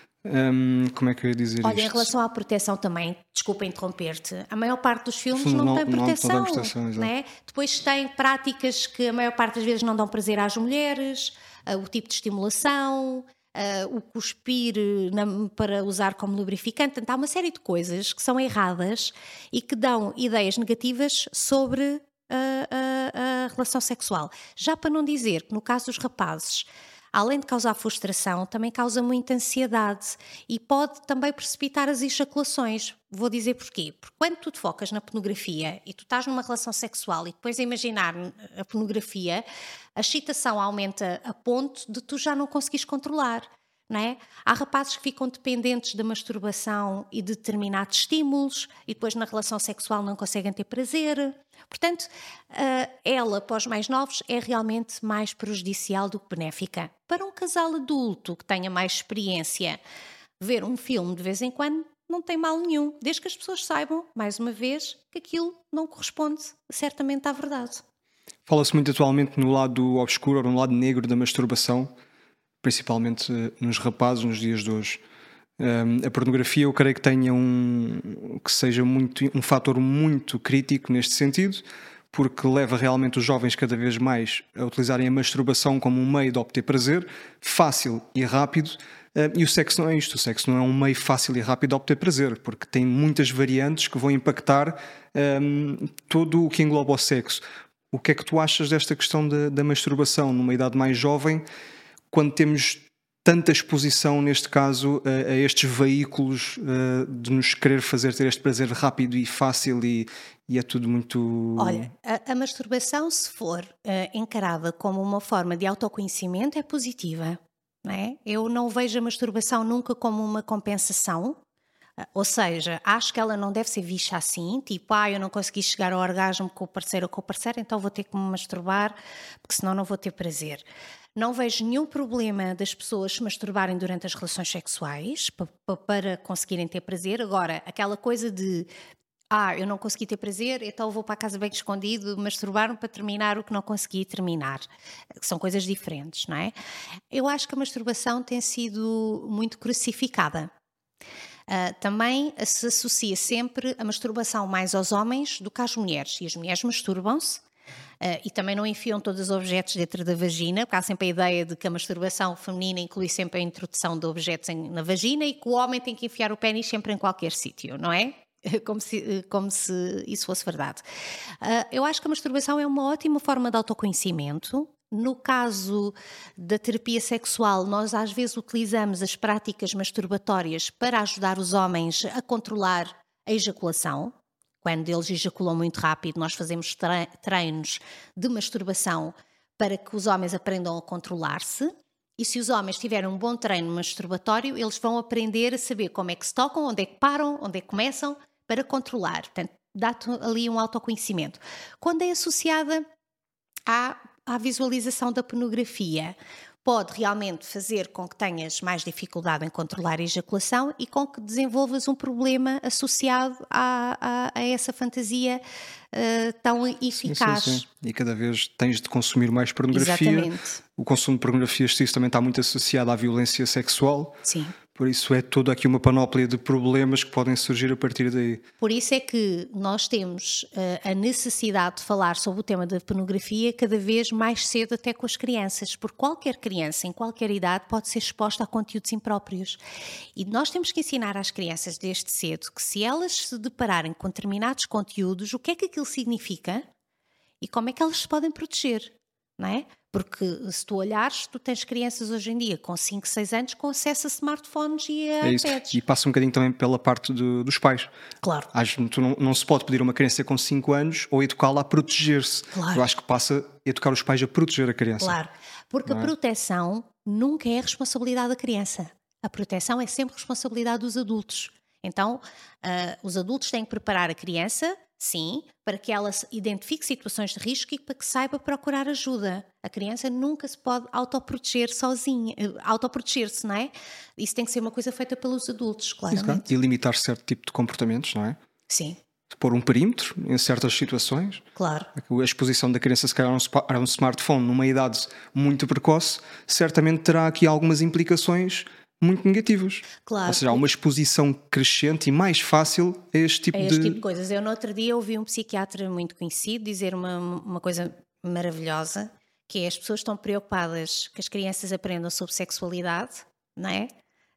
Um, como é que eu ia dizer Olha, isto? em relação à proteção também, desculpa interromper-te, a maior parte dos filmes não, não tem proteção, não, não tem proteção né? Depois tem práticas que a maior parte das vezes não dão prazer às mulheres, uh, o tipo de estimulação, uh, o cuspir na, para usar como lubrificante. Portanto, há uma série de coisas que são erradas e que dão ideias negativas sobre a, a, a relação sexual. Já para não dizer que no caso dos rapazes, além de causar frustração, também causa muita ansiedade e pode também precipitar as ejaculações. Vou dizer porquê. Porque quando tu te focas na pornografia e tu estás numa relação sexual e depois a imaginar a pornografia, a excitação aumenta a ponto de tu já não conseguires controlar. Não é? Há rapazes que ficam dependentes da masturbação e de determinados estímulos e depois na relação sexual não conseguem ter prazer. Portanto, ela, para os mais novos, é realmente mais prejudicial do que benéfica. Para um casal adulto que tenha mais experiência, ver um filme de vez em quando não tem mal nenhum, desde que as pessoas saibam, mais uma vez, que aquilo não corresponde certamente à verdade. Fala-se muito atualmente no lado obscuro ou no lado negro da masturbação, principalmente nos rapazes nos dias de hoje. Um, a pornografia eu creio que tenha um que seja muito, um fator muito crítico neste sentido, porque leva realmente os jovens cada vez mais a utilizarem a masturbação como um meio de obter prazer fácil e rápido. Uh, e o sexo não é isto, o sexo não é um meio fácil e rápido de obter prazer, porque tem muitas variantes que vão impactar um, todo o que engloba o sexo. O que é que tu achas desta questão da, da masturbação numa idade mais jovem, quando temos tanta exposição, neste caso, a, a estes veículos uh, de nos querer fazer ter este prazer rápido e fácil e, e é tudo muito... Olha, a, a masturbação, se for uh, encarada como uma forma de autoconhecimento, é positiva, não é? Eu não vejo a masturbação nunca como uma compensação. Ou seja, acho que ela não deve ser vista assim, tipo, ah, eu não consegui chegar ao orgasmo com o parceiro ou com o parceiro, então vou ter que me masturbar, porque senão não vou ter prazer. Não vejo nenhum problema das pessoas se masturbarem durante as relações sexuais, para conseguirem ter prazer. Agora, aquela coisa de, ah, eu não consegui ter prazer, então vou para a casa bem escondido, masturbar-me para terminar o que não consegui terminar. São coisas diferentes, não é? Eu acho que a masturbação tem sido muito crucificada. Uh, também se associa sempre a masturbação mais aos homens do que às mulheres. E as mulheres masturbam-se uh, e também não enfiam todos os objetos dentro da vagina, porque há sempre a ideia de que a masturbação feminina inclui sempre a introdução de objetos em, na vagina e que o homem tem que enfiar o pênis sempre em qualquer sítio, não é? Como se, como se isso fosse verdade. Uh, eu acho que a masturbação é uma ótima forma de autoconhecimento. No caso da terapia sexual, nós às vezes utilizamos as práticas masturbatórias para ajudar os homens a controlar a ejaculação. Quando eles ejaculam muito rápido, nós fazemos treinos de masturbação para que os homens aprendam a controlar-se. E se os homens tiverem um bom treino masturbatório, eles vão aprender a saber como é que se tocam, onde é que param, onde é que começam, para controlar. Portanto, dá-te ali um autoconhecimento. Quando é associada à à visualização da pornografia, pode realmente fazer com que tenhas mais dificuldade em controlar a ejaculação e com que desenvolvas um problema associado a, a, a essa fantasia uh, tão eficaz. Sim, sim, sim. E cada vez tens de consumir mais pornografia. Exatamente. O consumo de pornografia exercício também está muito associado à violência sexual. Sim. Por isso é toda aqui uma panóplia de problemas que podem surgir a partir daí. Por isso é que nós temos uh, a necessidade de falar sobre o tema da pornografia cada vez mais cedo até com as crianças, porque qualquer criança, em qualquer idade, pode ser exposta a conteúdos impróprios. E nós temos que ensinar às crianças desde cedo que se elas se depararem com determinados conteúdos, o que é que aquilo significa e como é que elas se podem proteger, não é? Porque se tu olhares, tu tens crianças hoje em dia com cinco, seis anos com acesso a smartphones e a é isso. iPads. E passa um bocadinho também pela parte de, dos pais. Claro. Acho que não, não se pode pedir a uma criança com cinco anos ou educá-la a proteger-se. Claro. Eu acho que passa a educar os pais a proteger a criança. Claro, porque não a é? proteção nunca é responsabilidade da criança. A proteção é sempre responsabilidade dos adultos. Então, uh, os adultos têm que preparar a criança, sim, para que ela identifique situações de risco e para que saiba procurar ajuda. A criança nunca se pode autoproteger sozinha, autoproteger-se, não é? Isso tem que ser uma coisa feita pelos adultos, claramente. E limitar certo tipo de comportamentos, não é? Sim. Pôr um perímetro em certas situações. Claro. A exposição da criança, se calhar, a um smartphone numa idade muito precoce, certamente terá aqui algumas implicações muito negativas. Claro. Ou seja, há uma exposição crescente e mais fácil a este tipo, a este de... tipo de coisas. Eu no outro dia ouvi um psiquiatra muito conhecido dizer uma, uma coisa maravilhosa, que é: as pessoas estão preocupadas que as crianças aprendam sobre sexualidade, não é?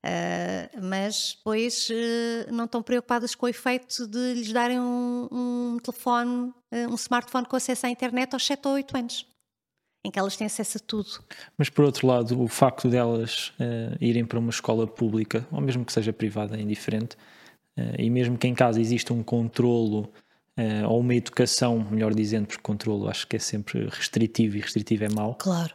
Uh, mas depois uh, não estão preocupadas com o efeito de lhes darem um, um telefone, uh, um smartphone com acesso à internet aos sete ou oito anos. Em que elas têm acesso a tudo. Mas por outro lado, o facto delas uh, irem para uma escola pública, ou mesmo que seja privada, é indiferente, uh, e mesmo que em casa exista um controlo uh, ou uma educação, melhor dizendo, porque controlo acho que é sempre restritivo e restritivo é mau. Claro.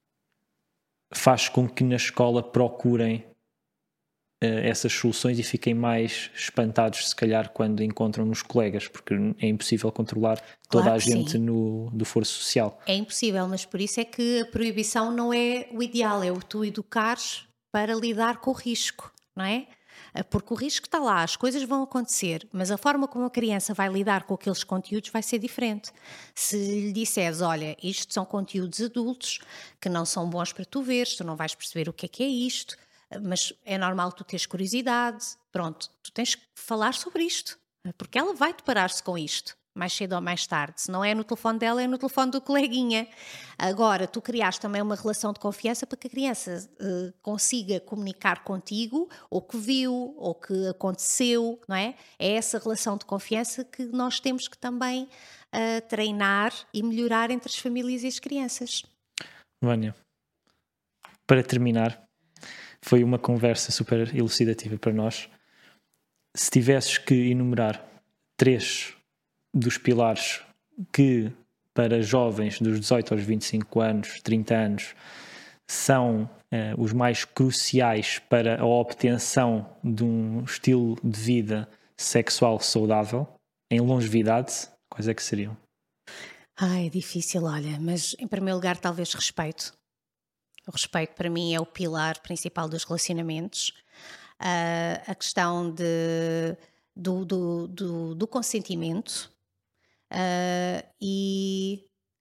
Faz com que na escola procurem essas soluções e fiquem mais espantados se calhar quando encontram nos colegas, porque é impossível controlar toda claro a gente sim. no do foro social. É impossível, mas por isso é que a proibição não é o ideal, é o tu educares para lidar com o risco, não é? porque o risco está lá, as coisas vão acontecer, mas a forma como a criança vai lidar com aqueles conteúdos vai ser diferente. Se lhe disseres, olha, isto são conteúdos adultos que não são bons para tu veres, tu não vais perceber o que é que é isto, mas é normal tu teres curiosidade, pronto, tu tens que falar sobre isto, porque ela vai deparar-se com isto, mais cedo ou mais tarde. Se não é no telefone dela, é no telefone do coleguinha. Agora, tu criaste também uma relação de confiança para que a criança uh, consiga comunicar contigo o que viu, ou que aconteceu, não é? É essa relação de confiança que nós temos que também uh, treinar e melhorar entre as famílias e as crianças. Vânia, para terminar, foi uma conversa super elucidativa para nós. Se tivesses que enumerar três dos pilares que para jovens dos dezoito aos vinte e cinco anos, trinta anos, são eh, os mais cruciais para a obtenção de um estilo de vida sexual saudável, em longevidade, quais é que seriam? Ai, é difícil, olha, mas em primeiro lugar talvez respeito. O respeito para mim é o pilar principal dos relacionamentos. Uh, a questão de, do, do, do, do consentimento uh, e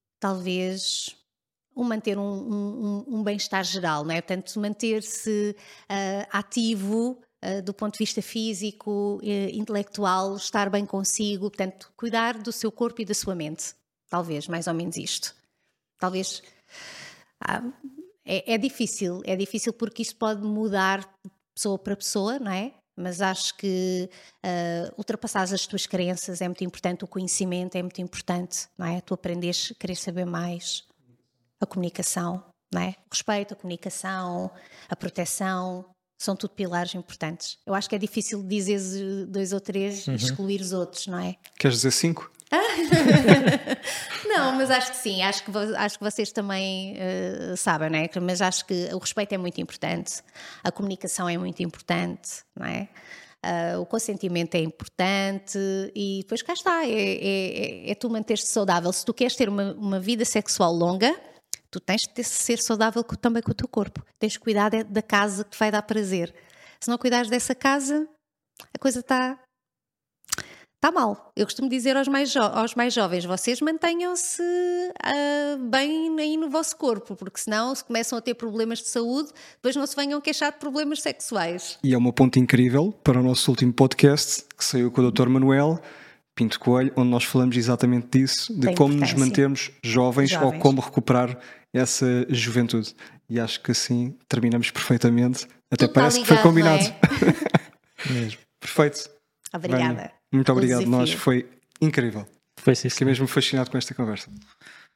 talvez o manter um, um, um bem-estar geral, não é? Portanto, manter-se uh, ativo uh, do ponto de vista físico, uh, intelectual, estar bem consigo, portanto, cuidar do seu corpo e da sua mente. Talvez, mais ou menos isto. Talvez... Ah, é, é difícil, é difícil porque isto pode mudar de pessoa para pessoa, não é? Mas acho que uh, ultrapassar as tuas crenças é muito importante, o conhecimento é muito importante, não é? Tu aprendes a querer saber mais, a comunicação, não é? O respeito, a comunicação, a proteção, são tudo pilares importantes. Eu acho que é difícil dizer dois ou três e uhum. excluir os outros, não é? Queres dizer cinco? Não, mas acho que sim, acho que, acho que vocês também uh, sabem, não é? Mas acho que o respeito é muito importante, a comunicação é muito importante, não é? Uh, o consentimento é importante e depois cá está, é, é, é tu manter-te saudável. Se tu queres ter uma, uma vida sexual longa, tu tens de ter, ser saudável com, também com o teu corpo, tens de cuidar de, da casa que te vai dar prazer. Se não cuidares dessa casa, a coisa está... Está mal. Eu costumo dizer aos mais, jo- aos mais jovens, vocês mantenham-se uh, bem aí no vosso corpo, porque senão se começam a ter problemas de saúde, depois não se venham queixar de problemas sexuais. E é uma ponte incrível para o nosso último podcast, que saiu com o doutor Manuel Pinto Coelho, onde nós falamos exatamente disso, de Tem como nos importância. mantermos jovens, Jovens. ou como recuperar essa juventude. E acho que assim terminamos perfeitamente. Até Tudo parece está que foi ligado, combinado. não é? Mesmo. Perfeito. Obrigada. Vânia, muito pelo obrigado. desafio. Nós foi incrível. Foi sim, Fiquei mesmo fascinado com esta conversa.